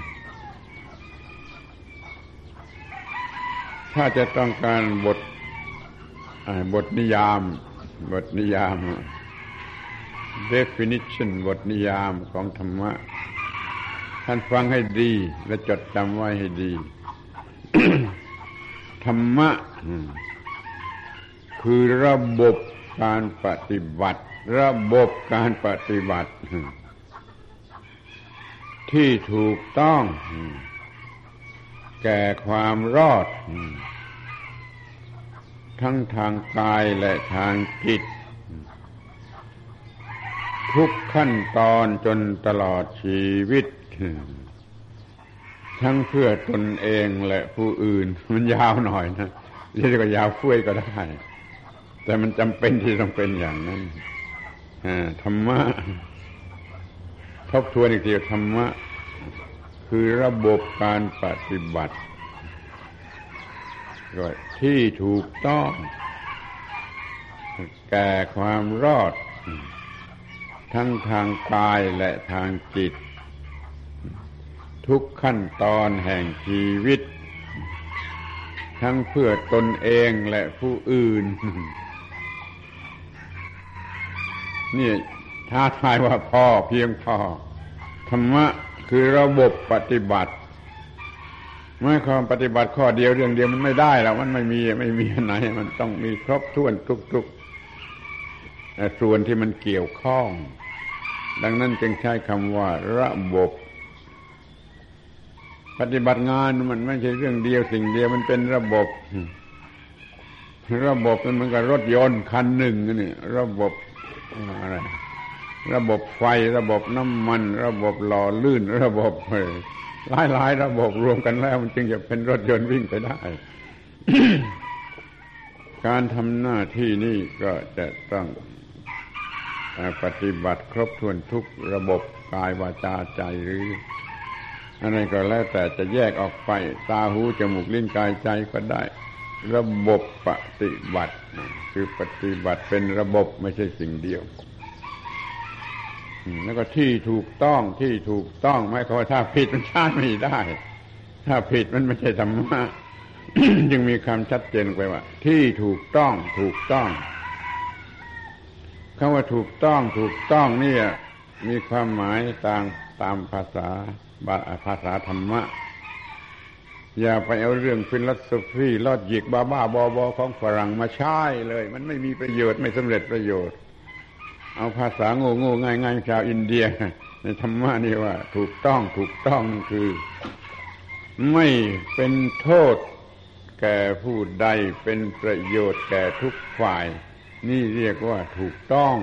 ถ้าจะต้องการบทบทนิยามบทนิยาม definition บทนิยามของธรรมะท่านฟังให้ดีและจดจำไว้ให้ดี ธรรมะคือระบบการปฏิบัติระบบการปฏิบัติที่ถูกต้องแก่ความรอดทั้งทางกายและทางจิตทุกขั้นตอนจนตลอดชีวิตทั้งเพื่อตนเองและผู้อื่นมันยาวหน่อยนะเรียกว่ายาวฟุ้ยก็ได้แต่มันจำเป็นที่ต้องเป็นอย่างนั้นธรรมะทบทวนอีกทีธรรมะคือระบบการปฏิบัติที่ถูกต้องแก่ความรอดทั้งทางกายและทางจิตทุกขั้นตอนแห่งชีวิตทั้งเพื่อตนเองและผู้อื่นนี่ท้าทายว่าพอเพียงพอธรรมะคือระบบปฏิบัติเมื่อความปฏิบัติข้อเดียวเรื่องเดียวมันไม่ได้แล้วมันไม่มีไม่มีอันไหนมันต้องมีครบถ้วนทุกๆส่วนที่มันเกี่ยวข้องดังนั้นจึงใช้คำว่าระบบปฏิบัติงานมันไม่ใช่เรื่องเดียวสิ่งเดียวมันเป็นระบบระบบมันเหมือนกับรถยนต์คันหนึ่งนี่ระบบอะไรระบบไฟระบบน้ำมันระบบหล่อลื่นระบบหลายๆระบบรวมกันแล้วมันจึงจะเป็นรถยนต์วิ่งไปได้ การทำหน้าที่นี้ก็จะต้องปฏิบัติครบถ้วนทุกระบบกายวาจาใจหรืออะไรก็แล้วแต่จะแยกออกไปตาหูจมูกลิ้นกายใจก็ได้ระบบปฏิบัติคือปฏิบัติเป็นระบบไม่ใช่สิ่งเดียวแล้วก็ที่ถูกต้องที่ถูกต้องหมายความว่าถ้าผิดมันใช้ไม่ได้ถ้าผิดมันไม่ใช่ธรรมะ จึงมีคำชัดเจนไปว่าที่ถูกต้องถูกต้องคำว่าถูกต้องถูกต้องนี่มีความหมายตามตามภาษาภาษาธรรมะอย่าไปเอาเรื่องฟิลโสฟีลอจิกบ้าๆบอๆของฝรั่งมาใช้เลยมันไม่มีประโยชน์ไม่สำเร็จประโยชน์เอาภาษาโง่ๆง่ายๆชาวอินเดียในธรรมะนี่ว่าถูกต้องถูกต้องคือไม่เป็นโทษแก่ผู้ใดเป็นประโยชน์แก่ทุกฝ่ายนี่เรียกว่าถูกต้อง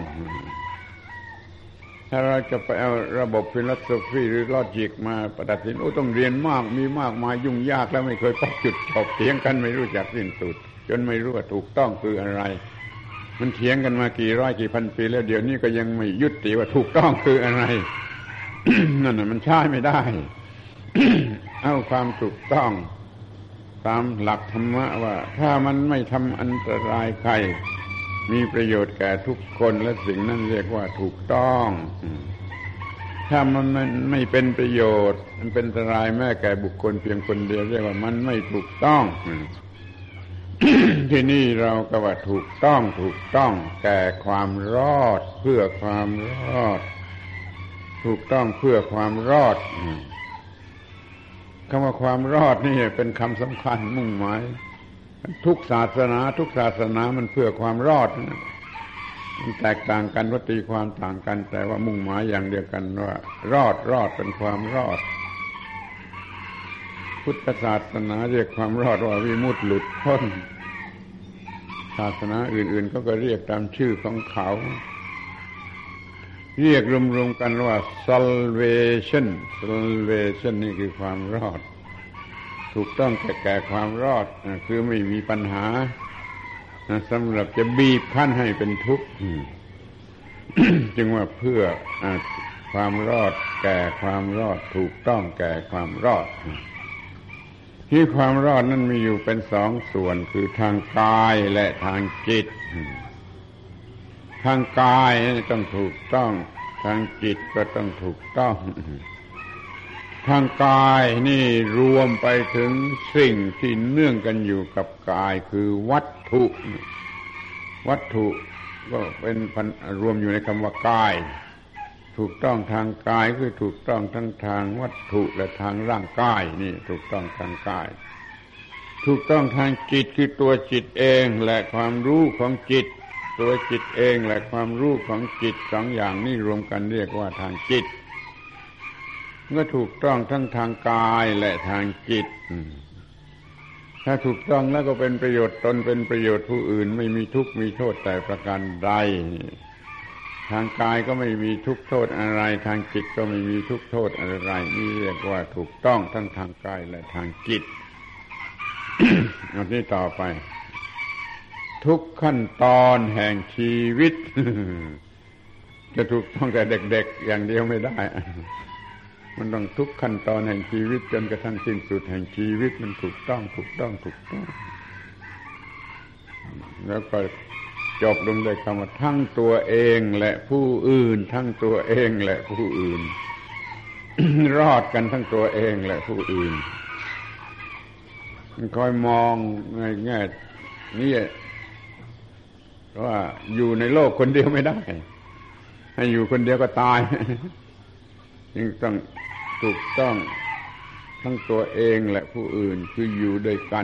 ถ้าเราจะไปเอาระบบฟิลโสฟีหรือลอจิกมาตัดสินโอ้ต้องเรียนมากมีมากมายยุ่งยากแล้วไม่เคยพบจุดจบเถียงกันไม่รู้จักสิ้นสุดจนไม่รู้ว่าถูกต้องคืออะไรมันเถียงกันมากี่ร้อยกี่พันปีแล้วเดี๋ยวนี้ก็ยังไม่ยุติว่าถูกต้องคืออะไร นั่นน่ะมันใช้ไม่ได้ เอาความถูกต้องตามหลักธรรมะว่าถ้ามันไม่ทำอันตรายใครมีประโยชน์แก่ทุกคนและสิ่งนั้นเรียกว่าถูกต้องถ้ามันไม่เป็นประโยชน์มันเป็นอันตรายแม้แก่บุคคลเพียงคนเดียวเรียกว่ามันไม่ถูกต้อง ที่นี่เราก็ว่าถูกต้องถูกต้องแก่ความรอดเพื่อความรอดถูกต้องเพื่อความรอดคำว่าความรอดนี่เป็นคำสำคัญมุ่งหมายทุกศาสนาทุกศาสนามันเพื่อความรอดมันแตกต่างกันวัตถีความต่างกันแต่ว่ามุ่งหมายอย่างเดียวกันว่ารอดรอดเป็นความรอดพุทธศาสนาเรียกความรอดว่าวิมุตติหลุดพ้นศาสนาอื่นๆเขาก็เรียกตามชื่อของเขาเรียกรวมๆกันว่า salvation salvation นี่คือความรอดถูกต้องแก่ความรอดคือไม่มีปัญหาสำหรับจะบีบคั้นให้เป็นทุกข์ จึงว่าเพื่อความรอดแก่ความรอดถูกต้องแก่ความรอดที่ความรอดนั้นมีอยู่เป็นสองส่วนคือทางกายและทางจิตทางกายต้องถูกต้องทางจิตก็ต้องถูกต้องทางกายนี่รวมไปถึงสิ่งที่เนื่องกันอยู่กับกายคือวัตถุวัตถุก็เป็นรวมอยู่ในคำว่ากายถูกต้องทางกายคือถูกต้องทั้งทางวัตถุและทางร่างกายนี่ถูกต้องทางกายถูกต้องทางจิตคือตัวจิตเองและความรู้ของจิตตัวจิตเองและความรู้ของจิตสองอย่างนี้รวมกันเรียกว่าทางจิตเมื่อถูกต้องทั้งทางกายและทางจิตถ้าถูกต้องแล้วก็เป็นประโยชน์ตนเป็นประโยชน์ผู้อื่นไม่มีทุกข์มีโทษแต่ประการใดทางกายก็ไม่มีทุกข์โทษอะไรทางจิตก็ไม่มีทุกข์โทษอะไรนี่เรียกว่าถูกต้องทั้งทางกายและทางจิต อันนี้ต่อไปทุกขั้นตอนแห่งชีวิต จะถูกต้องแต่เด็กๆอย่างเดียวไม่ได้มันต้องทุกขั้นตอนแห่งชีวิตจนกระทั่งสิ้นสุดแห่งชีวิตมันถูกต้องถูกต้องถูกต้องแล้วก็จบลงด้วยคำว่าทั้งตัวเองและผู้อื่นทั้งตัวเองและผู้อื่นรอดกันทั้งตัวเองและผู้อื่นคอยมองในแง่นี้ว่าอยู่ในโลกคนเดียวไม่ได้ให้อยู่คนเดียวก็ตายจึงต้องถูกต้องทั้งตัวเองและผู้อื่นคืออยู่ด้วยกัน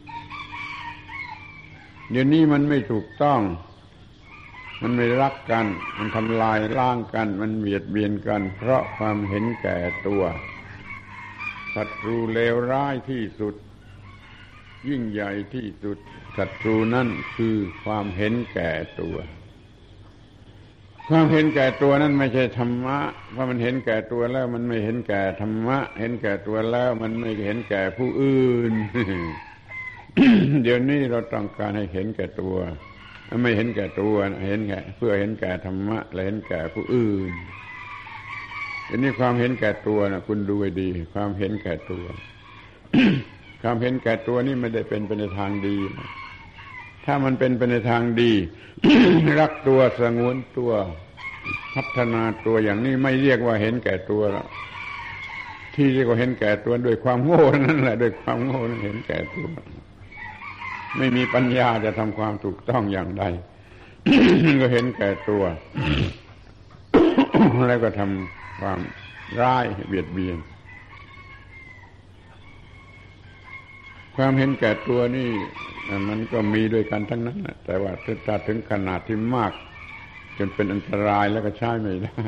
เดี๋ยวนี้มันไม่ถูกต้องมันไม่รักกันมันทำลายล้างกันมันเบียดเบียนกันเพราะความเห็นแก่ตัวศัตรูเลวร้ายที่สุดยิ่งใหญ่ที่สุดศัตรูนั่นคือความเห็นแก่ตัวความเห็นแก่ตัวนั้นไม่ใช่ธรรมะเพราะมันเห็นแก่ตัวแล้วมันไม่เห็นแก่ธรรมะเห็นแก่ตัวแล้วมันไม่เห็นแก่ผู้อื่น เดี๋ยวนี้เราต้องการให้เห็นแก่ตัวไม่เห็นแก่ตัวเห็นแก่เพื่อเห็นแก่ธรรมะและเห็นแก่ผู้อื่นอันนี้ความเห็นแก่ตัวนะคุณดูให้ดีความเห็นแก่ตัว ความเห็นแก่ตัวนี่ไม่ได้เป็นไปในทางดีนะถ้ามันเป็นไปในทางดี รักตัวสงวนตัวพัฒนาตัวอย่างนี้ไม่เรียกว่าเห็นแก่ตัวแล้วที่เรียกว่าเห็นแก่ตัวด้วยความโง่นั่นแหละด้วยความโง่นั้นเห็นแก่ตัวไม่มีปัญญาจะทำความถูกต้องอย่างใด ก็เห็นแก่ตัว แล้วก็ทำความร้ายเบียดเบียนความเห็นแก่ตัวนี่มันก็มีด้วยกันทั้งนั้นแต่ว่าถ้าถึงขนาดที่มากจนเป็นอันตรายแล้วก็ใช้ไม่ได้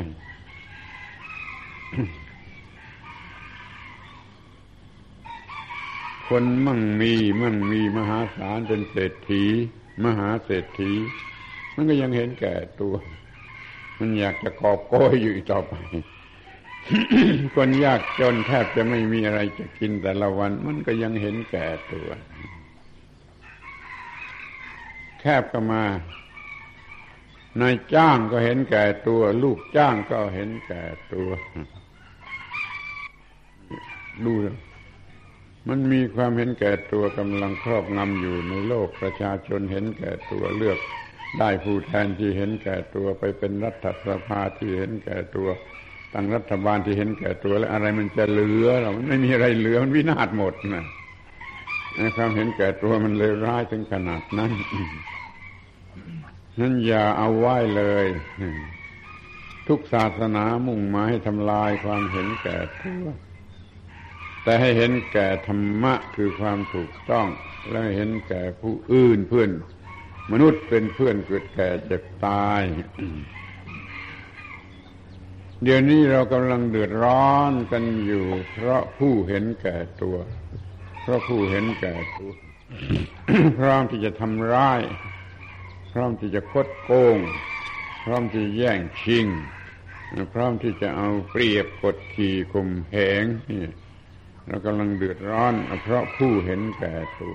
คนมั่งมีมั่งมีมหาศาลเป็นเศรษฐีมหาเศรษฐีมันก็ยังเห็นแก่ตัวมันอยากจะกอบโกยอยู่ต่อไป คนยากจนแทบจะไม่มีอะไรจะกินแต่ละวันมันก็ยังเห็นแก่ตัวแคบเข้ามานายจ้างก็เห็นแก่ตัวลูกจ้างก็เห็นแก่ตัวดูมันมีความเห็นแก่ตัวกำลังครอบงำอยู่ในโลกประชาชนเห็นแก่ตัวเลือกได้ผู้แทนที่เห็นแก่ตัวไปเป็นรัฐสภาที่เห็นแก่ตัวตั้งรัฐบาลที่เห็นแก่ตัวแล้วอะไรมันจะเหลือหรอมันไม่มีอะไรเหลือมันวินาศหมดนะความเห็นแก่ตัวมันเลวร้ายถึงขนาดนั้น นั้นอย่าเอาไว้เลยทุกศาสนามุ่งหมายให้ทำลายความเห็นแก่ตัวแต่ให้เห็นแก่ธรรมะคือความถูกต้องและเห็นแก่ผู้อื่นเพื่อนมนุษย์เป็นเพื่อนเกิดแก่เจ็บตาย เดี๋ยวนี้เรากำลังเดือดร้อนกันอยู่เพราะผู้เห็นแก่ตัวเพราะผู้เห็นแก่ตัว พร้อมที่จะทำร้ายพร้อมที่จะคดโกงพร้อมที่แย่งชิงพร้อมที่จะเอาเปรียบกดขี่ข่มเหงนี่เรากำลังเดือดร้อนเพราะผู้เห็นแก่ตัว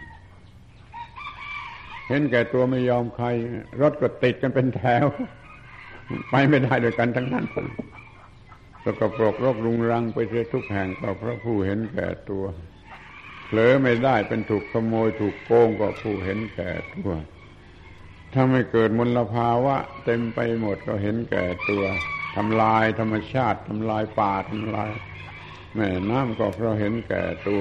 เห็นแก่ตัวไม่ยอมใครรถก็ติดกันเป็นแถวไปไม่ได้ด้วยกันทั้งนั้นสกปรกรกรุงรังไปเสียทุกแห่งก็เพราะผู้เห็นแก่ตัวเผลอไม่ได้เป็นถูกขโมยถูกโกงก็ผู้เห็นแก่ตัวถ้าไม่เกิดมลภาวะเต็มไปหมดก็เห็นแก่ตัวทำลายธรรมชาติทำลายป่าทำลายแม่น้ำก็เพราะเห็นแก่ตัว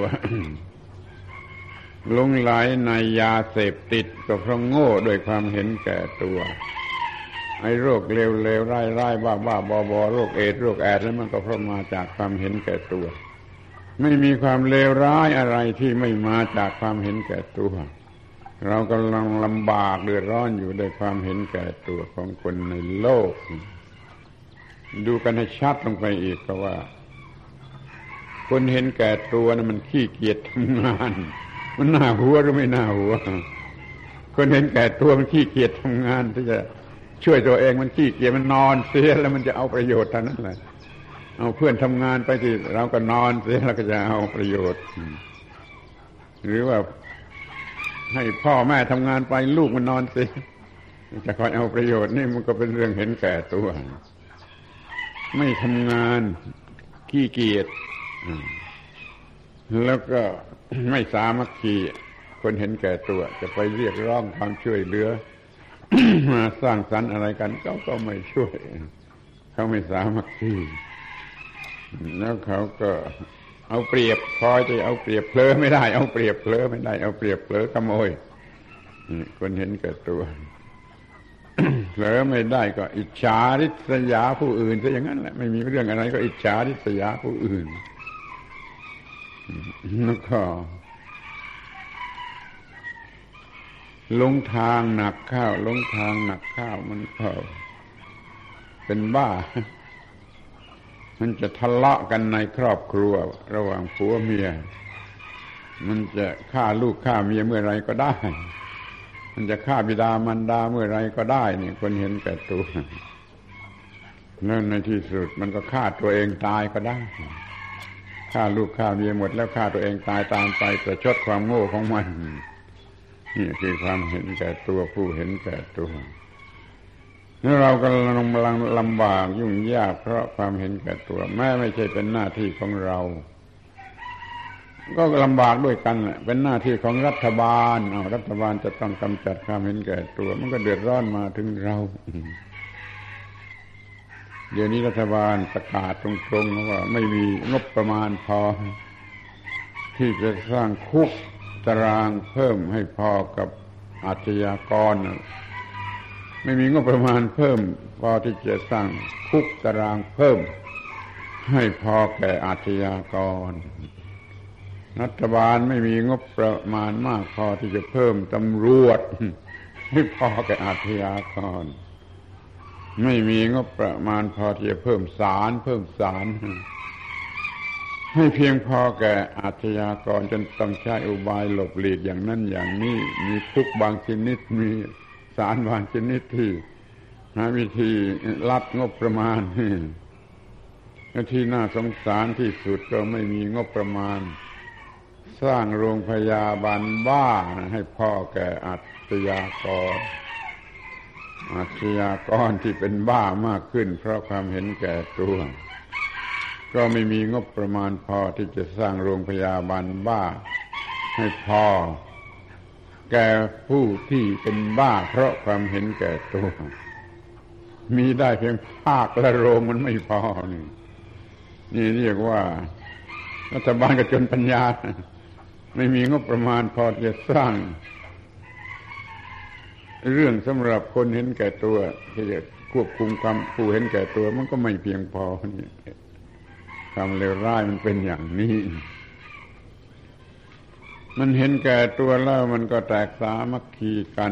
หลงไหลในยาเสพติดก็เพราะโง่โดยความเห็นแก่ตัวไอ้โรคเลวเลวร้ายร้ายบ้าบ้าบอบอโรคเอดส์โรคแอดส์แล้วมันก็เพราะมาจากความเห็นแก่ตัวไม่มีความเลวร้ายอะไรที่ไม่มาจากความเห็นแก่ตัวเรากำลังลำบากเดือดร้อนอยู่ด้วยความเห็นแก่ตัวของคนในโลกดูกันให้ชัดลงไปอีกเพราะว่าคนเห็นแก่ตัวนะมันขี้เกียจทำงานมันน่าหัวหรือไม่น่าหัวคนเห็นแก่ตัวมันขี้เกียจทำงานที่จะช่วยตัวเองมันขี้เกียจมันนอนเสียแล้วมันจะเอาประโยชน์เท่านั้นแหละเอาเพื่อนทำงานไปที่เราก็นอนเสียแล้วก็จะเอาประโยชน์หรือว่าให้พ่อแม่ทำงานไปลูกมันนอนเสียจะคอยเอาประโยชน์นี่มันก็เป็นเรื่องเห็นแก่ตัวไม่ทำงานขี้เกียจแล้วก็ไม่สามัคคีคนเห็นแก่ตัวจะไปเรียกร้องความช่วยเหลือ มาสร้างสรรค์อะไรกันเขาก็ไม่ช่วยเขาไม่สามัคคีแล้วเขาก็เอาเปรียบพอจะเอาเปรียบเผลอไม่ได้เอาเปรียบเผลอไม่ได้เอาเปรียบเผลอขโมยคนเห็นแก่ตัว เผลอไม่ได้ก็อิจฉาริษยาผู้อื่นซะอย่างนั้นแหละไม่มีเรื่องอะไรก็อิจฉาริษยาผู้อื่นแล้วก็หลงทางหนักข้าวหลงทางหนักข้าวมันก็เป็นบ้ามันจะทะเลาะกันในครอบครัวระหว่างผัวเมียมันจะฆ่าลูกฆ่าเมียเมื่อไรก็ได้มันจะฆ่าบิดามารดาเมื่อไรก็ได้นี่คนเห็นแก่ตัวแล้วในที่สุดมันก็ฆ่าตัวเองตายก็ได้ฆ่าลูกฆ่าเมียหมดแล้วฆ่าตัวเองตายตามไปประชดความโง่ของมันนี่คือความเห็นแก่ตัวผู้เห็นแก่ตัวแล้วเราก็กำลังลำบากยุ่งยากเพราะความเห็นแก่ตัวแม้ไม่ใช่เป็นหน้าที่ของเราก็ลำบากด้วยกันแหละเป็นหน้าที่ของรัฐบาลเอารัฐบาลจะต้องกำจัดความเห็นแก่ตัวมันก็เดือดร้อนมาถึงเราเดี๋ยวนี้รัฐบาลประกาศตรงๆว่าไม่มีงบประมาณพอที่จะสร้างคุกตารางเพิ่มให้พอกับอาชญากรไม่มีงบประมาณเพิ่มพอที่จะสร้างคุกตารางเพิ่มให้พอแก่อาชญากรรัฐบาลไม่มีงบประมาณมากพอที่จะเพิ่มตำรวจให้พอแก่อาชญากรไม่มีงบประมาณพอที่จะเพิ่มศาลเพิ่มศาลให้เพียงพอแก่อาชญากรจนต้องใช้อุบายหลบหลีกอย่างนั้นอย่างนี้มีคุกบางชนิดมีศาลบางชนิดที่หาวิธีลัดงบประมาณและที่น่าสงสารที่สุดก็ไม่มีงบประมาณสร้างโรงพยาบาลบ้าให้พอแก่อาชญากรอาชญากรที่เป็นบ้ามากขึ้นเพราะความเห็นแก่ตัวก็ไม่มีงบประมาณพอที่จะสร้างโรงพยาบาลบ้าให้พอแก่ผู้ที่เป็นบ้าเพราะความเห็นแก่ตัวมีได้เพียงภาคละโรงมันไม่พอนี่นี่เรียกว่ารัฐบาลก็จนปัญญาไม่มีงบประมาณพอจะสร้างเรื่องสำหรับคนเห็นแก่ตัวที่จะควบคุมความผู้เห็นแก่ตัวมันก็ไม่เพียงพอนี่ความเลวร้ายมันเป็นอย่างนี้มันเห็นแก่ตัวแล้วมันก็แตกสามัคคีกัน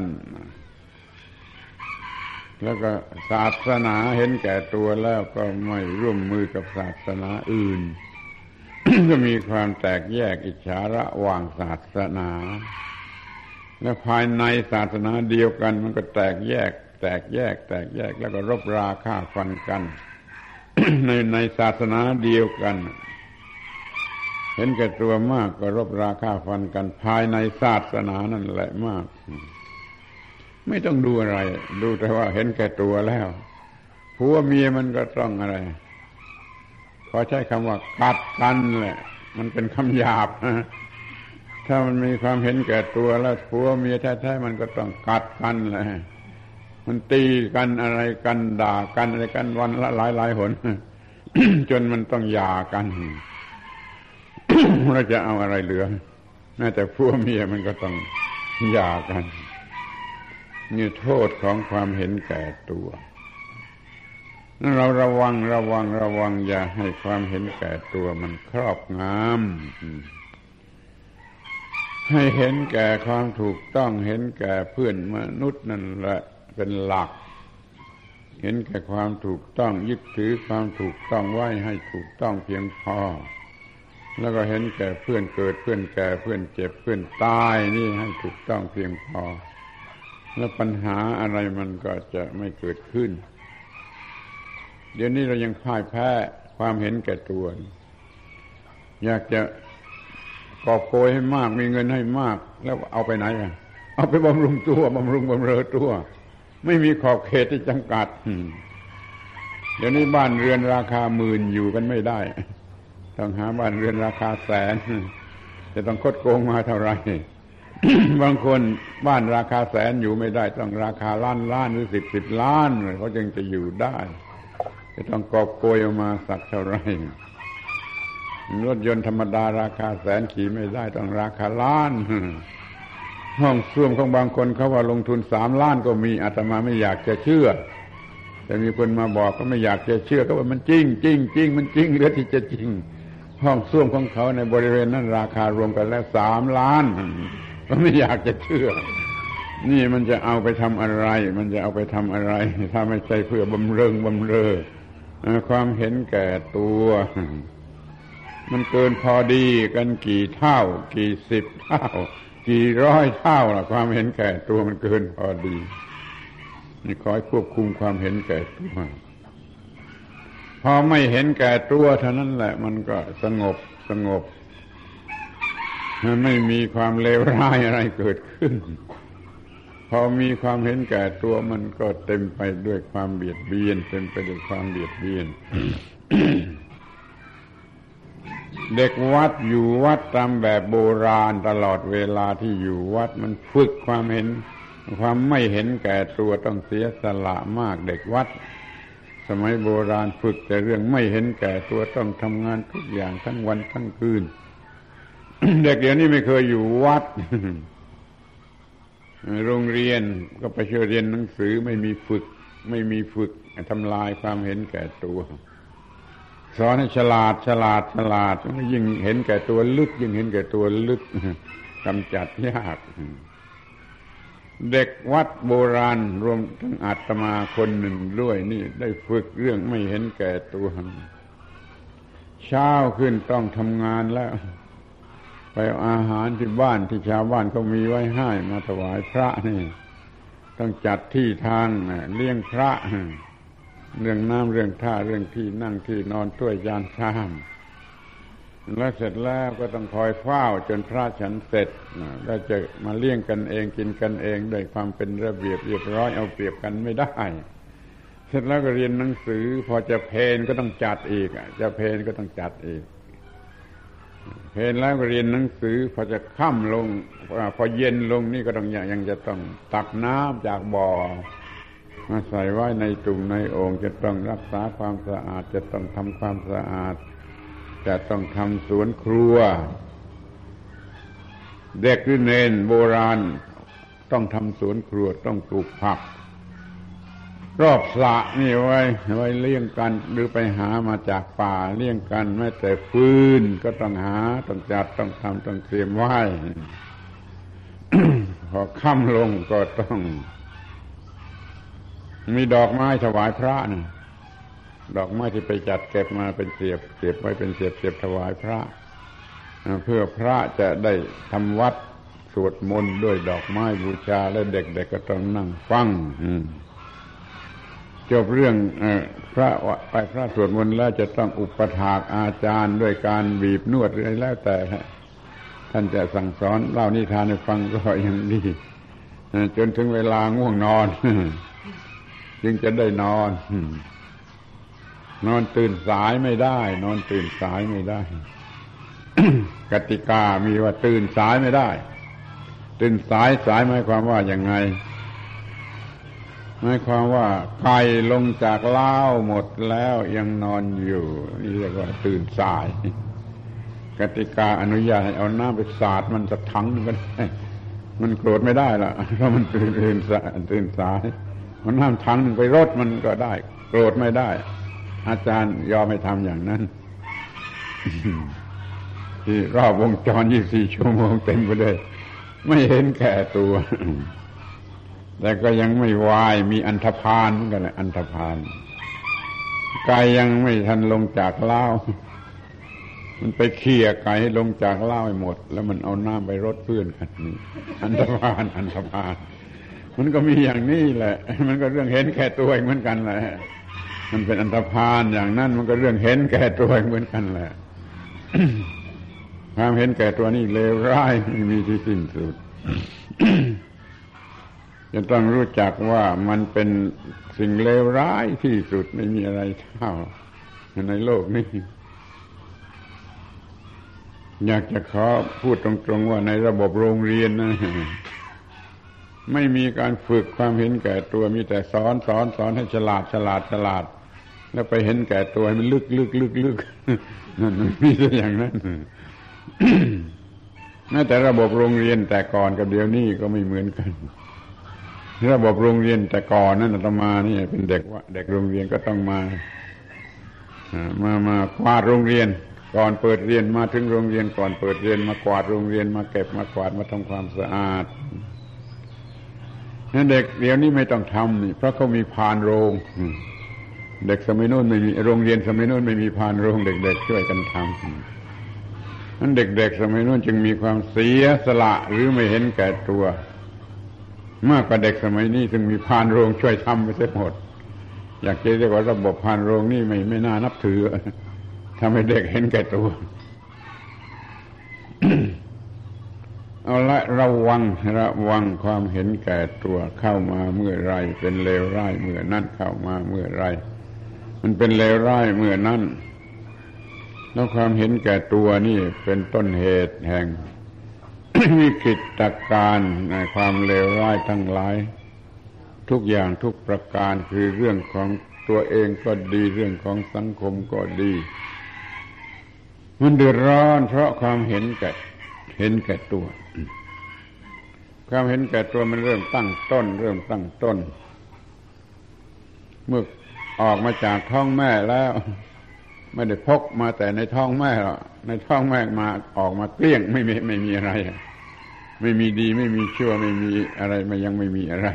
แล้วก็ศาสนาเห็นแก่ตัวแล้วก็ไม่ร่วมมือกับศาสนาอื่น ก็มีความแตกแยกอิจฉาระหว่างศาสนาและภายในศาสนาเดียวกันมันก็แตกแยกแตกแยกแตกแยกแล้วก็รบราฆ่าฟันกัน ในในศาสนาเดียวกันเห็นแก่ตัวมากก็รบราฆ่าฟันกันภายในศาสนานั่นแหละมากไม่ต้องดูอะไรดูแต่ว่าเห็นแก่ตัวแล้วผัวเมียมันก็ต้องอะไรขอใช้คำว่ากัดกันแหละมันเป็นคำหยาบถ้ามันมีความเห็นแก่ตัวแล้วผัวเมียแท้ๆมันก็ต้องกัดกันแหละมันตีกันอะไรกันด่ากันอะไรกันวันละหลายๆหน จนมันต้องหย่ากันเราจะเอาอะไรเหลือแม้แต่ผัวเมียมันก็ต้องหย่ากันนี่โทษของความเห็นแก่ตัวนั่นเราระวังระวังระวังอย่าให้ความเห็นแก่ตัวมันครอบงำให้เห็นแก่ความถูกต้องเห็นแก่เพื่อนมนุษย์นั่นแหละเป็นหลักเห็นแก่ความถูกต้องยึดถือความถูกต้องไว้ให้ถูกต้องเพียงพอแล้วก็เห็นแก่เพื่อนเกิดเพื่อนแก่เพื่อนเจ็บเพื่อนตายนี่ให้ถูกต้องเพียงพอแล้วปัญหาอะไรมันก็จะไม่เกิดขึ้นเดี๋ยวนี้เรายังพ่ายแพ้ความเห็นแก่ตัวอยากจะกอบโกยให้มากมีเงินให้มากแล้วเอาไปไหนอ่ะเอาไปบำรุงตัวบำรุงบำเรอตัวไม่มีขอบเขตที่จำกัดเดี๋ยวนี้บ้านเรือนราคาหมื่นอยู่กันไม่ได้ต้องหาบ้านเรือนราคาแสนจะต้องคดโกงมาเท่าไหร่ บางคนบ้านราคาแสนอยู่ไม่ได้ต้องราคาล้านล้านหรือสิบสิบล้านเขาจึงจะอยู่ได้จะต้องกอบโกยออกมาสักเท่าไหร่รถยนต์ธรรมดาราคาแสนขี่ไม่ได้ต้องราคาล้านห้องส้วมของบางคนเขาว่าลงทุนสามล้านก็มีอาตมาไม่อยากจะเชื่อแต่มีคนมาบอกก็ไม่อยากจะเชื่อก็ว่ามันจริงจริงจริงมันจริงเหลือที่จะจริงห้องส้วมของเขาในบริเวณนั้นราคารวมกันแล้วสามล้านก็ไม่อยากจะเชื่อนี่มันจะเอาไปทำอะไรมันจะเอาไปทำอะไรถ้าไม่ใช่เพื่อบำเรอบำเรอความเห็นแก่ตัวมันเกินพอดีกันกี่เท่ากี่สิบเท่ากี่ร้อยเท่าล่ะความเห็นแก่ตัวมันเกินพอดีนี่ขอให้ควบคุมความเห็นแก่ตัวพอไม่เห็นแก่ตัวเท่านั้นแหละมันก็สงบสงบไม่มีความเลวร้ายอะไรเกิดขึ้นพอมีความเห็นแก่ตัวมันก็เต็มไปด้วยความเบียดเบียนเต็มไปด้วยความเบียดเบียน เด็กวัดอยู่วัดตามแบบโบราณตลอดเวลาที่อยู่วัดมันฝึกความเห็นความไม่เห็นแก่ตัวต้องเสียสละมากเด็กวัดสมัยโบราณฝึกแต่เรื่องไม่เห็นแก่ตัวต้องทำงานทุกอย่างทั้งวันทั้งคืน เด็กเดี๋ยวนี้ไม่เคยอยู่วัด โรงเรียนก็ไปเชื่อเรียนหนังสือไม่มีฝึกไม่มีฝึกทำลายความเห็นแก่ตัวสอนให้ฉลาดฉลาดฉลาดยิ่งเห็นแก่ตัวลึกยิ่งเห็นแก่ตัวลึกกำจัดยากเด็กวัดโบราณรวมทั้งอาตมาคนหนึ่งด้วยนี่ได้ฝึกเรื่องไม่เห็นแก่ตัวเช้าขึ้นต้องทำงานแล้วไปเอาอาหารที่บ้านที่ชาวบ้านเขามีไว้ให้มาถวายพระนี่ต้องจัดที่ทางเลี้ยงพระเรื่องน้ำเรื่องท่าเรื่องที่นั่งที่นอนถ้วยจานชามแล้วเสร็จแล้วก็ต้องคอยเฝ้าจนพระฉันเสร็จแล้วจะมาเลี้ยงกันเองกินกันเองด้วยความเป็นระเบียบเรียบร้อยเอาเปรียบกันไม่ได้เสร็จแล้วก็เรียนหนังสือพอจะเพลก็ต้องจัดอีกจะเพลก็ต้องจัดอีกเพลแล้วก็เรียนหนังสือพอจะค่ำลงพอเย็นลงนี่ก็ต้องยังจะต้องตักน้ำจากบ่อมาใส่ไว้ในตุ่มในโอ่งจะต้องรักษาความสะอาดจะต้องทำความสะอาดจะต้องทำสวนครัวเด็กหรือเนนโบราณต้องทำสวนครัวต้องปลูกผักรอบสระนี่ไว้ไว้เลี้ยงกันหรือไปหามาจากป่าเลี้ยงกันแม้แต่ฟืนก็ต้องหาต้องจัดต้องทำต้องเตรียมไว้ พอค่ำลงก็ต้องมีดอกไม้ถวายพระนะดอกไม้ที่ไปจัดเก็บมาเป็นเสียบเสียบไว้เป็นเสียบเสียบถวายพระเพื่อพระจะได้ทำวัดสวดมนต์ด้วยดอกไม้บูชาและเด็กๆ ก็ต้องนั่งฟังจบเรื่องพระไปพระสวดมนต์แล้วจะต้องอุปถากอาจารย์ด้วยการบีบนวดอะไรแล้วแต่ท่านจะสั่งสอนเล่านิทานให้ฟังก็ยังดีจนถึงเวลาง่วงนอนจึงจะได้นอนนอนตื่นสายไม่ได้นอนตื่นสายไม่ได้ กติกามีว่าตื่นสายไม่ได้ตื่นสายสายหมายความว่าอย่างไงหมายความว่าไก่ลงจากเล้าหมดแล้วยังนอนอยู่นี่เรียกว่าตื่นสายกติกาอนุญาตให้เอาน้ำไปสาดมันสักถังก็ได้มันโกรธไม่ได้ล่ะเพราะมันตื่นตื่นสายตื่นสายมันน้ำถังนึงไปรดมันก็ได้โกรธไม่ได้อาจารย์ยอมให้ทำอย่างนั้น ที่รอบวงจรยี่สิบสี่ชั่วโมงเต็มไปด้วยไม่เห็นแก่ตัว แต่ก็ยังไม่วายมีอันธพาลเหมือนกันแหละอันธพาลไก่ยังไม่ทันลงจากเล้ามันไปเขี่ยไก่ให้ลงจากเล้าให้หมดแล้วมันเอาน้ำไปรดเพื่อนกันนี่อันธพาลอันธพาลมันก็มีอย่างนี้แหละมันก็เรื่องเห็นแก่ตัวเหมือนกันแหละมันเป็นอันธพาลอย่างนั้นมันก็เรื่องเห็นแก่ตัวเหมือนกันแหละ ความเห็นแก่ตัวนี่เลวร้ายไม่มีที่สิ้นสุด จะต้องรู้จักว่ามันเป็นสิ่งเลวร้ายที่สุดไม่มีอะไรเท่าในโลกนี้อยากจะขอพูดตรงๆว่าในระบบโรงเรียนนะไม่มีการฝึกความเห็นแก่ตัวมีแต่สอนสอนสอนให้ฉลาดฉลาดฉลาดแล้วไปเห็นแก่ตัวให้มันลึกลึกลึกลึกนั่นมันมีแต่อย่างนั้นน่าแต่ระบบโรงเรียนแต่ก่อนกับเดี๋ยวนี้ก็ไม่เหมือนกันระบบโรงเรียนแต่ก่อนนั่นอาตมานี่เป็นเด็กว่าเด็กโรงเรียนก็ต้องมามามากวาดโรงเรียนก่อนเปิดเรียนมาถึงโรงเรียนก่อนเปิดเรียนมากวาดโรงเรียนมาเก็บมากวาดมาทำความสะอาดนั่นเด็กเดี๋ยวนี้ไม่ต้องทำนี่เพราะเขามีพานโรงเด็กสมัยโน้นไม่มีโรงเรียนสมัยโน้นไม่มีพานโรงเด็กๆช่วยกันทำนั้นเด็กๆสมัยโน้นจึงมีความเสียสละหรือไม่เห็นแก่ตัวมากกว่าเด็กสมัยนี้ซึ่งมีพานโรงช่วยทำไปเสียหมดอยากจะเรียกว่าระบบพานโรงนี่ไม่ไม่น่านับถือทำให้เด็กเห็นแก่ตัว เอาละระวังระวังความเห็นแก่ตัวเข้ามาเมื่อไรเป็นเลวร้ายเมื่อนั้นเข้ามาเมื่อไรมันเป็นเลวร้ายเมื่อนั้นแล้วความเห็นแก่ตัวนี่เป็นต้นเหตุแห่ง วิกฤตการณ์ในความเลวร้ายทั้งหลายทุกอย่างทุกประการคือเรื่องของตัวเองก็ดีเรื่องของสังคมก็ดีมันเดือดร้อนเพราะความเห็นแก่เห็นแก่ตัวความเห็นแก่ตัวมันเริ่มตั้งต้นเริ่มตั้งต้นเมื่อออกมาจากท้องแม่แล้วไม่ได้พกมาแต่ในท้องแม่หรอกในท้องแม่มาออกมาเกลี้ยงไม่มีไม่มีอะไรไม่มีดีไม่มีชั่วไม่มีอะไรมันยังไม่มีอะไร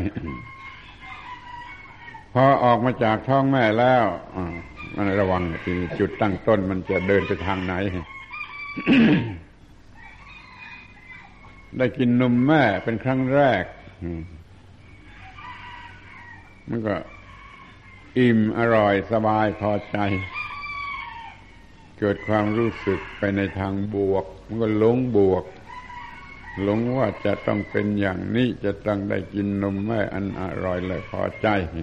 พอออกมาจากท้องแม่แล้วมันระวังทีจุดตั้งต้นมันจะเดินไปทางไหน ได้กินนมแม่เป็นครั้งแรกมันก็อิ่มอร่อยสบายพอใจเกิดความรู้สึกไปในทางบวกมันก็หลงบวกหลงว่าจะต้องเป็นอย่างนี้จะต้องได้กินนมแม่อันอร่อยเลยพอใจ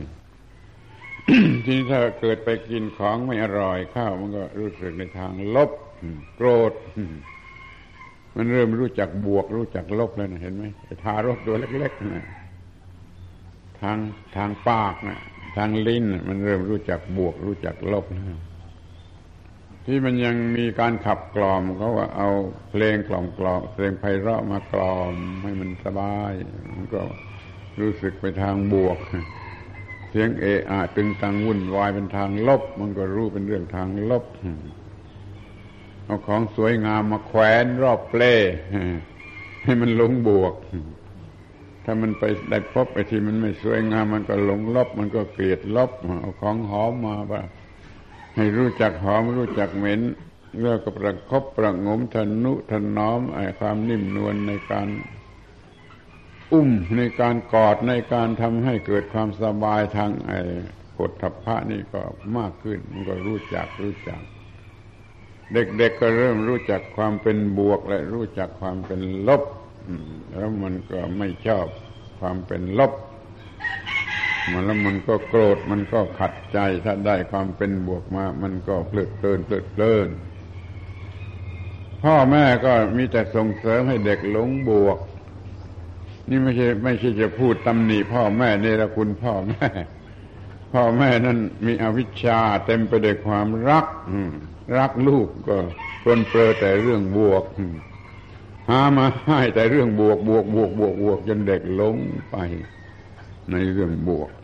ทีนี้ถ้าเกิดไปกินของไม่อร่อยข้าวมันก็รู้สึกในทางลบโกรธมันเริ่มรู้จักบวกรู้จักลบแล้วนะเห็นไหมทารกตัวเล็กๆนะทางทางปากนะทางลิ้นมันเริ่มรู้จักบวกรู้จักลบนะที่มันยังมีการขับกล่อมเขาว่าเอาเพลงกล่อมกล่อมเพลงไพเราะมากล่อมให้มันสบายมันก็รู้สึกไปทางบวกเสียงเอะอะตึงตังวุ่นวายเป็นทางลบมันก็รู้เป็นเรื่องทางลบเอาของสวยงามมาแขวนรอบเปลให้มันหลงบวกถ้ามันไปได้พบไอ้ที่มันไม่สวยงามมันก็หลงลบมันก็เกลียดลบเอาของหอมมาบ้าให้รู้จักหอมรู้จักเหม็นเรื่องก็ประคบประงมทนุถนอมไอ้ความนิ่มนวลในการอุ้มในการกอดในการทำให้เกิดความสบายทางไอ้กฎทัพพะนี่ก็มากขึ้นมันก็รู้จักรู้จักเด็กๆ ก็เริ่มรู้จักความเป็นบวกและรู้จักความเป็นลบแล้วมันก็ไม่ชอบความเป็นลบมันแล้วมันก็โกรธมันก็ขัดใจถ้าได้ความเป็นบวกมามันก็เพลิดเพลินเพลิดเพลินพ่อแม่ก็มีแต่ส่งเสริมให้เด็กหลงบวกนี่ไม่ใช่ไม่ใช่จะพูดตำหนิพ่อแม่เนรคุณพ่อแม่พ่อแม่นั้นมีอวิชชาเต็มไปด้วยความรักรักลูกก็ปรนเปรอแต่เรื่องบวกหามาให้แต่เรื่องบวกบวกบวกบวกบวกจนเด็กหลงไปในเรื่องบวก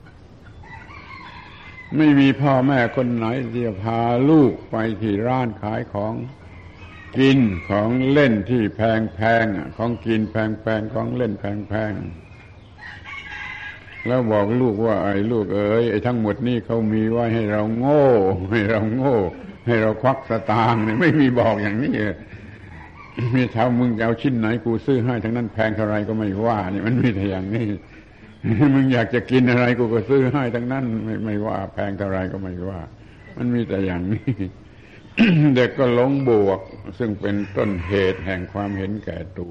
ไม่มีพ่อแม่คนไหนที่จะพาลูกไปที่ร้านขายของกินของเล่นที่แพงๆของกินแพงๆของเล่นแพงๆแล้วบอกลูกว่าไอ้ลูกเอ๋ยไอ้ทั้งหมดนี่เขามีไว้ให้เราโง่ให้เราโง่ให้เราควักสตางค์เนี่ยไม่มีบอกอย่างนี้มีเท่ามึงจะเอาชิ้นไหนกูซื้อให้ทั้งนั้นแพงเท่าไรก็ไม่ว่านี่มันมีแต่อย่างนี้มึงอยากจะกินอะไรกูก็ซื้อให้ทั้งนั้นไม่ไม่ว่าแพงเท่าไรก็ไม่ว่ามันมีแต่อย่างนี้ เด็กก็หลงบวกซึ่งเป็นต้นเหตุแห่งความเห็นแก่ตัว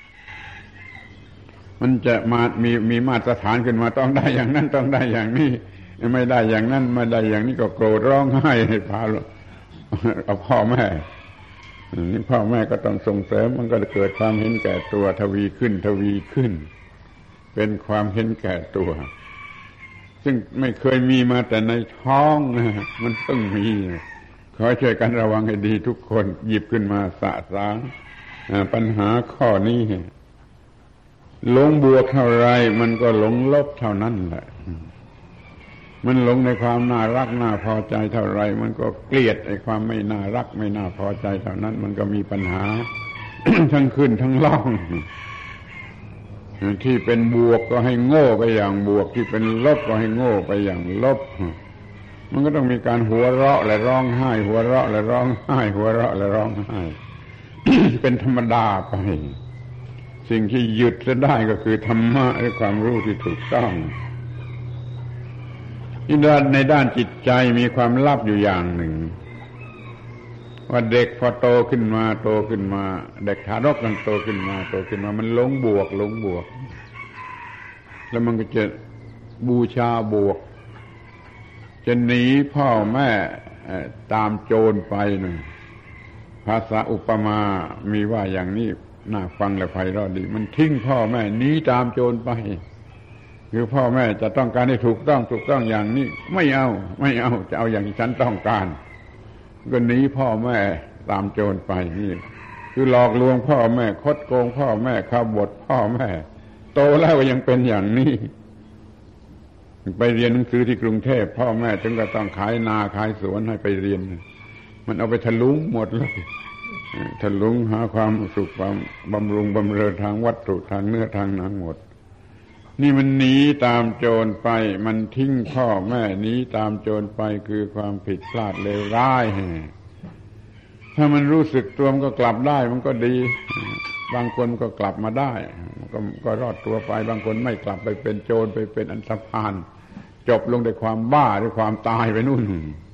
มันจะมามีมีมาตรฐานขึ้นมาต้องได้อย่างนั้นต้องได้อย่างนี้ไม่ได้อย่างนั้นไม่ได้อย่างนี้ก็โกรธร้องไห้ให้พาเอาพ่อแม่นี่พ่อแม่ก็ต้องส่งเสริมมันก็เกิดความเห็นแก่ตัวทวีขึ้นทวีขึ้นเป็นความเห็นแก่ตัวซึ่งไม่เคยมีมาแต่ในท้องนะมันเพิ่งมีขอช่วยกันระวังให้ดีทุกคนหยิบขึ้นมาสะสางปัญหาข้อนี้หลงบวกเท่าไรมันก็หลงลบเท่านั้นแหละมันหลงในความน่ารักน่าพอใจเท่าไรมันก็เกลียดไอ้ความไม่น่ารักไม่น่าพอใจเท่านั้นมันก็มีปัญหา ทั้งขึ้นทั้งล่องที่เป็นบวกก็ให้โง่ไปอย่างบวกที่เป็นลบก็ให้โง่ไปอย่างลบมันก็ต้องมีการหัวเราะและร้องไห้หัวเราะและร้องไห้หัวเราะและร้องไห้ เป็นธรรมดาไปสิ่งที่หยุดจะได้ก็คือธรรมะหรือความรู้ที่ถูกต้องในด้านในด้านจิตใจมีความลับอยู่อย่างหนึ่งว่าเด็กพอโตขึ้นมาโตขึ้นมาเด็กทารกมันโตขึ้นมาโตขึ้นมามันหลงบวกหลงบวกแล้วมันก็จะบูชาบวกจะหนีพ่อแม่ตามโจรไปนะภาษาอุปมามีว่าอย่างนี้น่าฟังและไพเราะดีมันทิ้งพ่อแม่หนีตามโจรไปคือพ่อแม่จะต้องการให้ถูกต้องถูกต้องอย่างนี้ไม่เอาไม่เอาจะเอาอย่างที่ฉันต้องการก็หนีพ่อแม่ตามโจรไปนี่คือหลอกลวงพ่อแม่คดโกงพ่อแม่ขบฏพ่อแม่โตแล้วยังเป็นอย่างนี้ไปเรียนหนังสือที่กรุงเทพพ่อแม่ถึงก็ต้องขายนาขายสวนให้ไปเรียนมันเอาไปทะลุงหมดเลยทะลุงหาความสุขความบำรุงบำเรอทางวัตถุทางเนื้อทางหนังหมดนี่มันหนีตามโจรไปมันทิ้งพ่อแม่หนีตามโจรไปคือความผิดพลาดเลวร้ายถ้ามันรู้สึกตัวมันก็กลับได้มันก็ดีบางคนก็กลับมาได้ก็ก็รอดตัวไปบางคนไม่กลับไปเป็นโจรไปเป็นอันธพาลจบลงด้วยความบ้าหรือความตายไปนู่น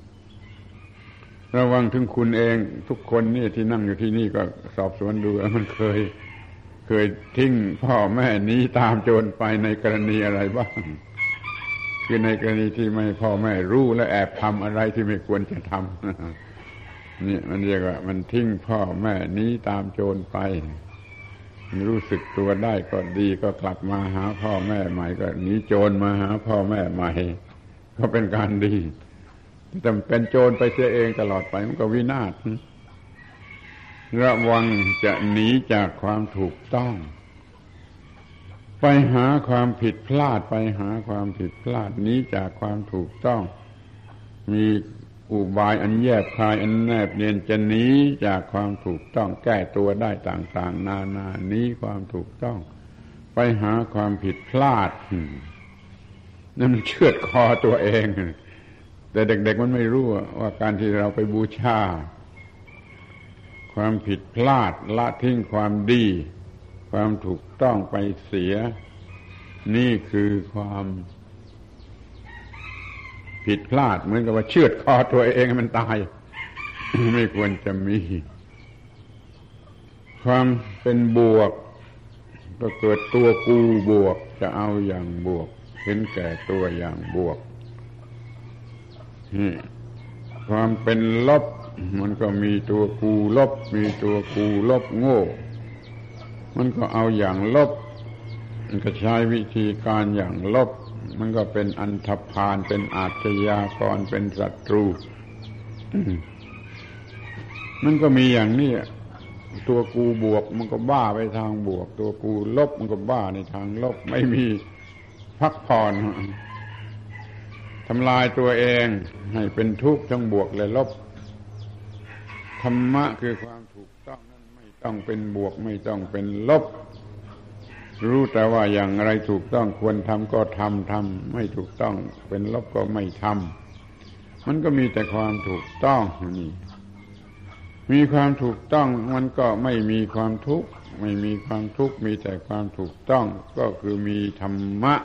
ระวังถึงคุณเองทุกคนนี่ที่นั่งอยู่ที่นี่ก็สอบสวนดูมันเคยเคยทิ้งพ่อแม่หนีตามโจรไปในกรณีอะไรบ้างคือในกรณีที่ไม่พ่อแม่รู้และแอบทำอะไรที่ไม่ควรจะทำนี่มันเรียกว่ามันทิ้งพ่อแม่หนีตามโจรไปรู้สึกตัวได้ก็ดีก็กลับมาหาพ่อแม่ใหม่ก็หนีโจรมาหาพ่อแม่ใหม่ก็เป็นการดีแต่เป็นโจรไปเสียเองตลอดไปมันก็วินาศระวังจะหนีจากความถูกต้องไปหาความผิดพลาดไปหาความผิดพลาดหนีจากความถูกต้องมีอุบายอันแยบคายอันแนบเนียนจะหนีจากความถูกต้องแก้ตัวได้ต่างๆนานาหนีความถูกต้องไปหาความผิดพลาดนั่นมันเชือดคอตัวเองแต่เด็กๆมันไม่รู้ว่าการที่เราไปบูชาความผิดพลาดละทิ้งความดีความถูกต้องไปเสียนี่คือความผิดพลาดเหมือนกับว่าเชือดคอตัวเองให้มันตาย ไม่ควรจะมีความเป็นบวกก็เกิดตัวกูบวกจะเอาอย่างบวกเห็นแก่ตัวอย่างบวกนี่ความเป็นลบมันก็มีตัวกูลบมีตัวกูลบโง่มันก็เอาอย่างลบมันก็ใช้วิธีการอย่างลบมันก็เป็นอันธพาลเป็นอาชญากรเป็นศัตรูมันก็มีอย่างนี้ตัวกูบวกมันก็บ้าไปทางบวกตัวกูลบมันก็บ้าในทางลบไม่มีพักผ่อนทำลายตัวเองให้เป็นทุกข์ทั้งบวกและลบธรรมะคือความถูกต้องนั้นไม่ต้องเป็นบวกไม่ต้องเป็นลบรู้แต่ว่าอย่างไรถูกต้องควรทำก็ทำทำไม่ถูกต้องเป็นลบก็ไม่ทำมันก็มีแต่ความถูกต้องนี่มีความถูกต้องมันก็ไม่มีความทุกข์ไม่มีความทุกข์มีแต่ความถูกต้องก็คือมีธรรมะ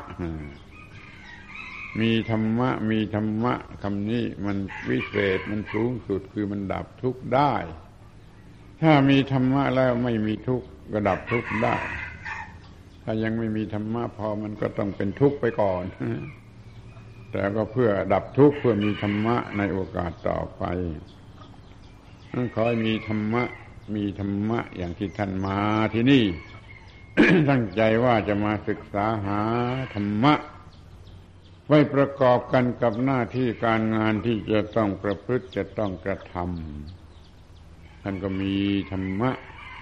มีธรรมะมีธรรมะคำนี้มันวิเศษมันสูงสุดคือมันดับทุกข์ได้ถ้ามีธรรมะแล้วไม่มีทุกข์ก็ดับทุกข์ได้ถ้ายังไม่มีธรรมะพอมันก็ต้องเป็นทุกข์ไปก่อนแต่ก็เพื่อดับทุกข์เพื่อมีธรรมะในโอกาสต่อไปต้องขอให้มีธรรมะมีธรรมะอย่างที่ท่านมาที่นี่ ตั้งใจว่าจะมาศึกษาหาธรรมะไว้ประกอบกันกับหน้าที่การงานที่จะต้องประพฤติจะต้องกระทำท่านก็มีธรรมะ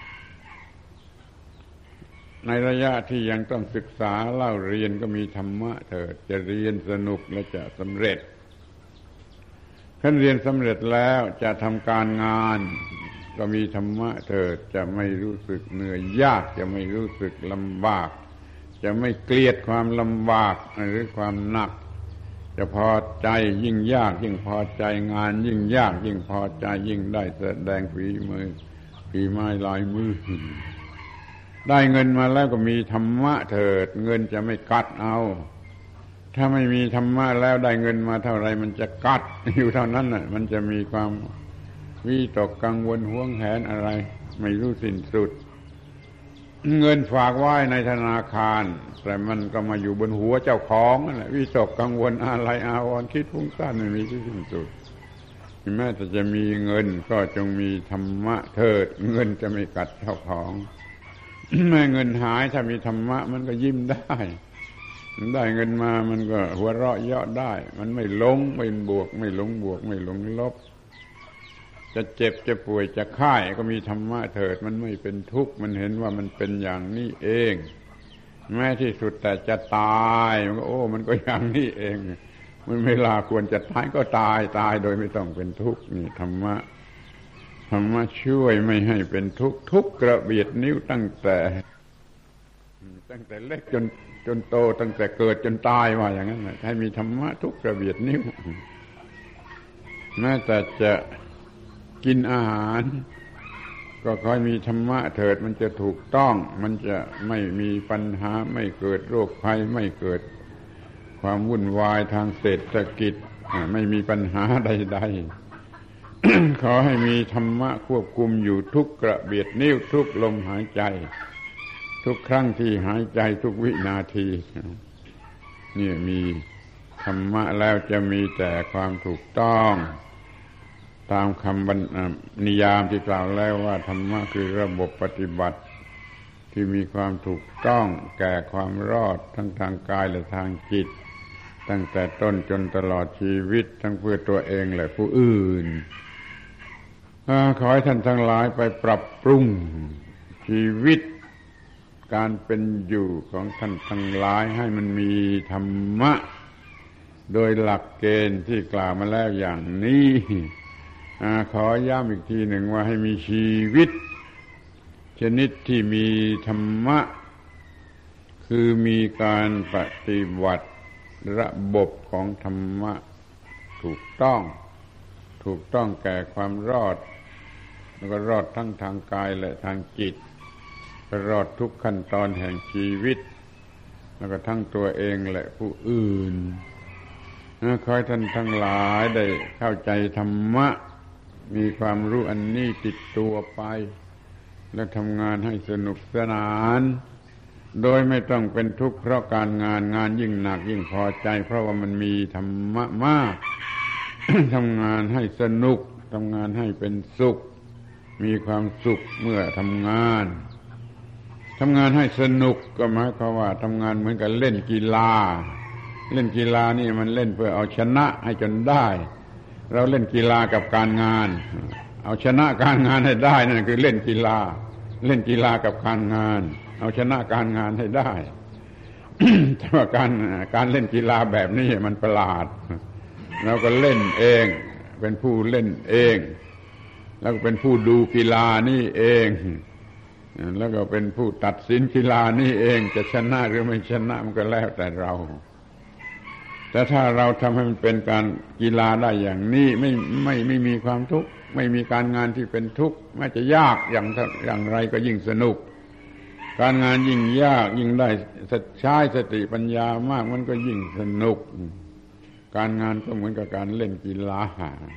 ในระยะที่ยังต้องศึกษาเล่าเรียนก็มีธรรมะเถิดจะเรียนสนุกและจะสำเร็จท่านเรียนสำเร็จแล้วจะทำการงานก็มีธรรมะเถิดจะไม่รู้สึกเหนื่อยยากจะไม่รู้สึกลำบากจะไม่เกลียดความลำบากหรือความหนักจะพอใจยิ่งยากยิ่งพอใจงานยิ่งยากยิ่งพอใจยิ่งได้แสดงฝีมือฝีไม้ลายมือได้เงินมาแล้วก็มีธรรมะเถิดเงินจะไม่กัดเอาถ้าไม่มีธรรมะแล้วได้เงินมาเท่าไรมันจะกัดอยู่เท่านั้นน่ะมันจะมีความวิตกกังวลหวงแหนอะไรไม่รู้สิ้นสุดเงินฝากไว้ในธนาคารแต่มันก็มาอยู่บนหัวเจ้าของนั่นแหละวิตกกังวลอะไรอาวรณ์คิดฟุ้งซ่านไม่มีที่สิ้นสุดแม้แต่จะมีเงินก็จงมีธรรมะเถิดเงินจะไม่กัดเจ้าของแม่เงินหายถ้ามีธรรมะมันก็ยิ้มได้ได้เงินมามันก็หัวเราะเยาะได้มันไม่หลงไม่บวกไม่หลงบวกไม่หลงลบจะเจ็บจะป่วยจะไข้ก็มีธรรมะเถิดมันไม่เป็นทุกข์มันเห็นว่ามันเป็นอย่างนี้เองแม้ที่สุดแต่จะตายมันก็โอ้มันก็อย่างนี้เองมันเวลาควรจะตายก็ตายตายโดยไม่ต้องเป็นทุกข์นี่ธรรมะธรรมะช่วยไม่ให้เป็นทุกข์ทุกกระเบียดนิ้วตั้งแต่ตั้งแต่เล็กจนจนโตตั้งแต่เกิดจนตายว่าอย่างนั้นนะให้มีธรรมะทุกกระเบียดนิ้วแม้แต่จะกินอาหารก็ขอให้มีธรรมะเถิดมันจะถูกต้องมันจะไม่มีปัญหาไม่เกิดโรคภัยไม่เกิดความวุ่นวายทางเศรษฐกิจไม่มีปัญหาใดๆ ขอให้มีธรรมะควบคุมอยู่ทุกกระเบียดนิ้วทุกลมหายใจทุกครั้งที่หายใจทุกวินาทีนี่มีธรรมะแล้วจะมีแต่ความถูกต้องตามคำนิยามที่กล่าวแล้วว่าธรรมะคือระบบปฏิบัติที่มีความถูกต้องแก่ความรอดทั้งทางกายและทางจิตตั้งแต่ต้นจนตลอดชีวิตทั้งเพื่อตัวเองและผู้อื่นขอให้ท่านทั้งหลายไปปรับปรุงชีวิตการเป็นอยู่ของท่านทั้งหลายให้มันมีธรรมะโดยหลักเกณฑ์ที่กล่าวมาแล้วอย่างนี้ขอย้ำอีกทีหนึ่งว่าให้มีชีวิตชนิดที่มีธรรมะคือมีการปฏิบัติระบบของธรรมะถูกต้องถูกต้องแก่ความรอดแล้วก็รอดทั้งทางกายและทางจิตรอดทุกขั้นตอนแห่งชีวิตแล้วก็ทั้งตัวเองและผู้อื่นขอให้ท่านทั้งหลายได้เข้าใจธรรมะมีความรู้อันนี้ติดตัวไปและทำงานให้สนุกสนานโดยไม่ต้องเป็นทุกข์เพราะการงานงานยิ่งหนักยิ่งพอใจเพราะว่ามันมีธรรมะมาก ทำงานให้สนุกทำงานให้เป็นสุขมีความสุขเมื่อทำงานทำงานให้สนุกก็หมายความว่าทำงานเหมือนกับเล่นกีฬาเล่นกีฬานี่มันเล่นเพื่อเอาชนะให้จนได้เราเล่นกีฬากับการงานเอาชนะการงานให้ได้นั่นคือเล่นกีฬาเล่นกีฬากับการงานเอาชนะการงานให้ได้ แต่ว่าการการเล่นกีฬาแบบนี้มันประหลาดเราก็เล่นเองเป็นผู้เล่นเองแล้วก็เป็นผู้ดูกีฬานี่เองแล้วก็เป็นผู้ตัดสินกีฬานี่เองจะชนะหรือไม่ชนะมันก็แล้วแต่เราแต่ถ้าเราทำให้มันเป็นการกีฬาได้อย่างนี้ไม่ไม่ไม่มีความทุกข์ไม่มีการงานที่เป็นทุกข์แม้จะยากอย่างอย่างไรก็ยิ่งสนุกการงานยิ่งยากยิ่งได้ใช้สติปัญญามากมันก็ยิ่งสนุกการงานก็เหมือนกับการเล่นกีฬา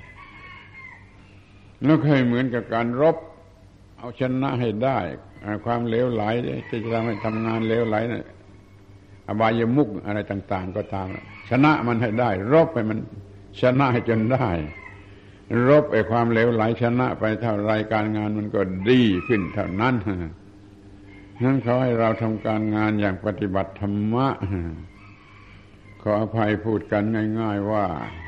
แล้วเคยเหมือนกับการรบเอาชนะให้ได้ความเลวไหลที่จะทำให้ทำงานเลวไหลนะอบายมุขอะไรต่างๆก็ตามชนะมันให้ได้รบไปมันชนะให้จนได้รบไอ้ความเลวไหลชนะไปเท่าไรการงานมันก็ดีขึ้นเท่านั้นนั้นเขาให้เราทำการงานอย่างปฏิบัติธรรมะขออภัยพูดกันง่ายๆว่า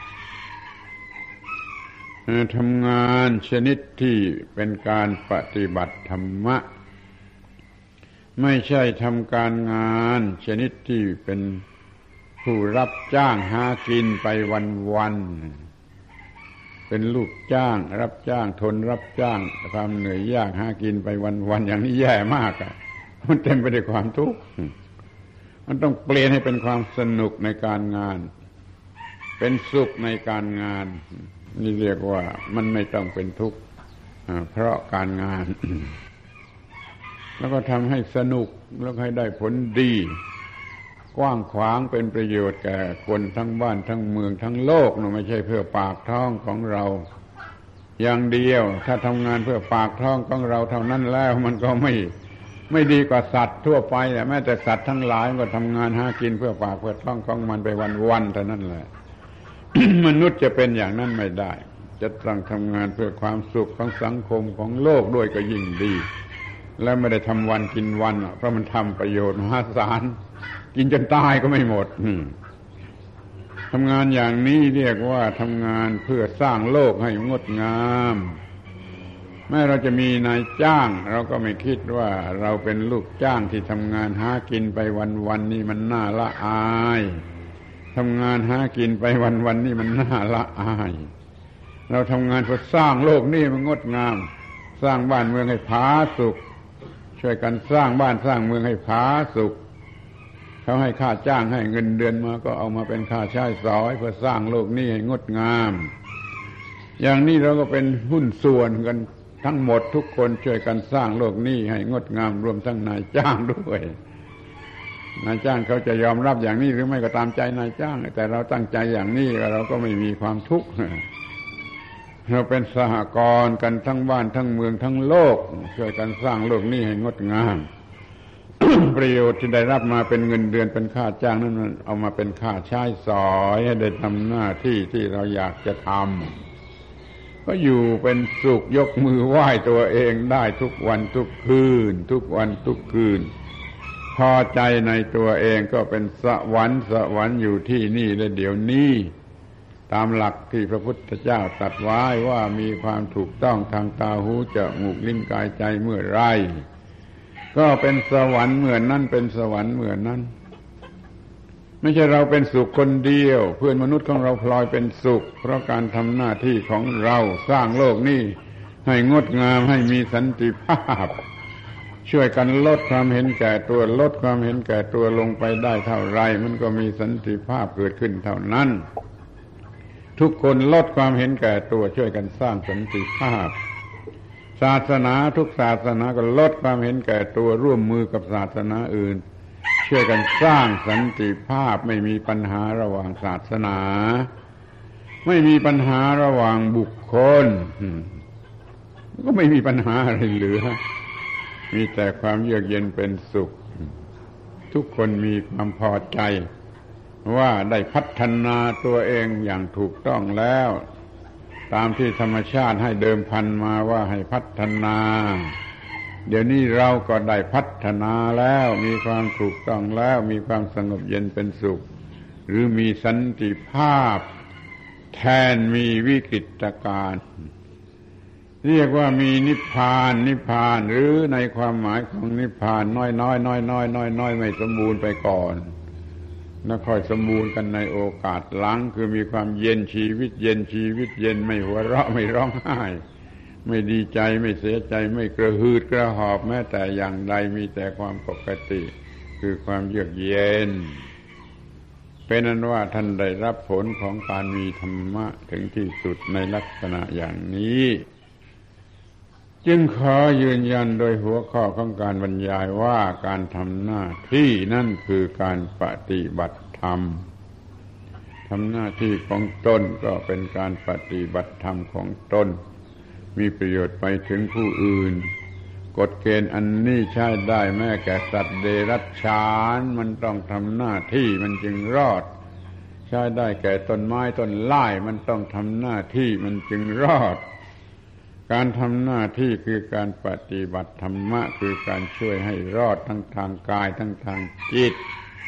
ทำงานชนิดที่เป็นการปฏิบัติธรรมะไม่ใช่ทำการงานชนิดที่เป็นผู้รับจ้างหากินไปวันๆเป็นลูกจ้างรับจ้างทนรับจ้างความเหนื่อยยากหากินไปวันๆอย่างนี้แย่มากอ่ะมันเต็มไปด้วยความทุกข์มันต้องเปลี่ยนให้เป็นความสนุกในการงานเป็นสุขในการงานนี่เรียกว่ามันไม่ต้องเป็นทุกข์เพราะการงานแล้วก็ทำให้สนุกแล้วให้ได้ผลดีกว้างขวางเป็นประโยชน์แก่คนทั้งบ้านทั้งเมืองทั้งโลกนะไม่ใช่เพื่อปากท้องของเราอย่างเดียวถ้าทำงานเพื่อปากท้องของเราเท่านั้นแล้วมันก็ไม่ไม่ดีกว่าสัตว์ทั่วไปแหละแม้แต่สัตว์ทั้งหลายก็ทำงานหากินเพื่อปากเพื่อท้องของมันไปวันๆเท่านั้นแหละ มนุษย์จะเป็นอย่างนั้นไม่ได้จะต้องทำงานเพื่อความสุขของสังคมของโลกด้วยก็ยิ่งดีและไม่ได้ทำวันกินวันเพราะมันทำประโยชน์มหาศาลกินจนตายก็ไม่หมดทำงานอย่างนี้เรียกว่าทำงานเพื่อสร้างโลกให้งดงามแม้เราจะมีนายจ้างเราก็ไม่คิดว่าเราเป็นลูกจ้างที่ทำงานหากินไปวันๆนี่มันน่าละอายทำงานหากินไปวันๆนี่มันน่าละอายเราทำงานเพื่อสร้างโลกนี่มันงดงามสร้างบ้านเมืองให้ผาสุกช่วยกันสร้างบ้านสร้างเมืองให้ผาสุกเขาให้ค่าจ้างให้เงินเดือนมาก็เอามาเป็นค่าใช้สอยเพื่อสร้างโลกนี้ให้งดงามอย่างนี้เราก็เป็นหุ้นส่วนกันทั้งหมดทุกคนช่วยกันสร้างโลกนี้ให้งดงามรวมทั้งนายจ้างด้วยนายจ้างเขาจะยอมรับอย่างนี้หรือไม่ก็ตามใจนายจ้างแต่เราตั้งใจอย่างนี้เราก็ไม่มีความทุกข์เราเป็นสหกรณ์กันทั้งบ้านทั้งเมืองทั้งโลกช่วยกันสร้างโลกนี้ให้งดงาม ประโยชน์ที่ได้รับมาเป็นเงินเดือนเป็นค่าจ้างนั้นเอามาเป็นค่าใช้สอยให้ได้ทำหน้าที่ที่เราอยากจะทำก็อยู่เป็นสุขยกมือไหว้ตัวเองได้ทุกวันทุกคืนทุกวันทุกคืนพอใจในตัวเองก็เป็นสวรรค์สวรรค์อยู่ที่นี่และเดี๋ยวนี้ตามหลักที่พระพุทธเจ้าตรัสไว้ว่ามีความถูกต้องทางตาหูจมูกลิ้นกายใจเมื่อไรก็เป็นสวรรค์เมื่อนั้นเป็นสวรรค์เมื่อนั้นไม่ใช่เราเป็นสุขคนเดียวเพื่อนมนุษย์ของเราพลอยเป็นสุขเพราะการทำหน้าที่ของเราสร้างโลกนี้ให้งดงามให้มีสันติภาพช่วยกันลดความเห็นแก่ตัวลดความเห็นแก่ตัวลงไปได้เท่าไรมันก็มีสันติภาพเกิดขึ้นเท่านั้นทุกคนลดความเห็นแก่ตัวช่วยกันสร้างสันติภาพศาสนาทุกศาสนาก็ลดความเห็นแก่ตัวร่วมมือกับศาสนาอื่นช่วยกันสร้างสันติภาพไม่มีปัญหาระหว่างศาสนาไม่มีปัญหาระหว่างบุคคลก็ไม่มีปัญหาอะไรเหลือมีแต่ความเยือกเย็นเป็นสุขทุกคนมีความพอใจว่าได้พัฒนาตัวเองอย่างถูกต้องแล้วตามที่ธรรมชาติให้เดิมพันมาว่าให้พัฒนาเดี๋ยวนี้เราก็ได้พัฒนาแล้วมีความถูกต้องแล้วมีความสงบเย็นเป็นสุขหรือมีสันติภาพแทนมีวิกฤตการณ์เรียกว่ามีนิพพานนิพพานหรือในความหมายของนิพพานน้อยๆน้อยๆน้อยๆน้อยๆไม่สมบูรณ์ไปก่อนแล้วค่อยสมบูรณ์กันในโอกาสหลังคือมีความเย็นชีวิตเย็นชีวิตเย็นไม่หัวเราะไม่ร้องไห้ไม่ดีใจไม่เสียใจไม่กระหืดกระหอบแม้แต่อย่างใดมีแต่ความปกติคือความเยือกเย็นเป็นนั้นว่าท่านได้รับผลของการมีธรรมะถึงที่สุดในลักษณะอย่างนี้จึงขอยืนยันโดยหัวข้อของการบรรยายว่าการทำหน้าที่นั่นคือการปฏิบัติธรรมทำหน้าที่ของตนก็เป็นการปฏิบัติธรรมของตนมีประโยชน์ไปถึงผู้อื่นกฎเกณฑ์อันนี้ใช้ได้แม้แก่สัตว์เดรัจฉานมันต้องทำหน้าที่มันจึงรอดใช้ได้แก่ต้นไม้ต้นไม้มันต้องทำหน้าที่มันจึงรอดการทำหน้าที่คือการปฏิบัติธรรมะคือการช่วยให้รอดทั้งทางกายทั้งทางจิต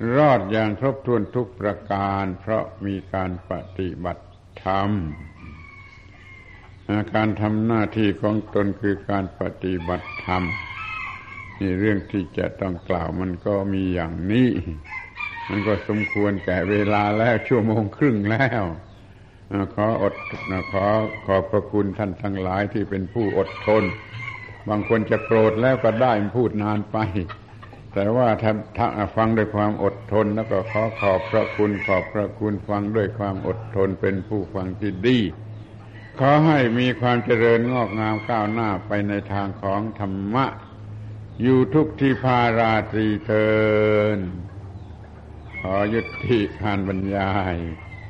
รอดอย่างครบถ้วนทุกประการเพราะมีการปฏิบัติธรรมการทำหน้าที่ของตนคือการปฏิบัติธรรมนี่เรื่องที่จะต้องกล่าวมันก็มีอย่างนี้มันก็สมควรแก่เวลาแล้วชั่วโมงครึ่งแล้วขออดขอขอบพระคุณท่านทั้งหลายที่เป็นผู้อดทนบางคนจะโกรธแล้วก็ได้พูดนานไปแต่ว่าถ้าถ้าฟังด้วยความอดทนแล้วก็ขอขอบพระคุณขอบพระคุณฟังด้วยความอดทนเป็นผู้ฟังที่ดีขอให้มีความเจริญงอกงามก้าวหน้าไปในทางของธรรมะอยู่ทุกที่พาราตรีเทินขอยุติการบรรยาย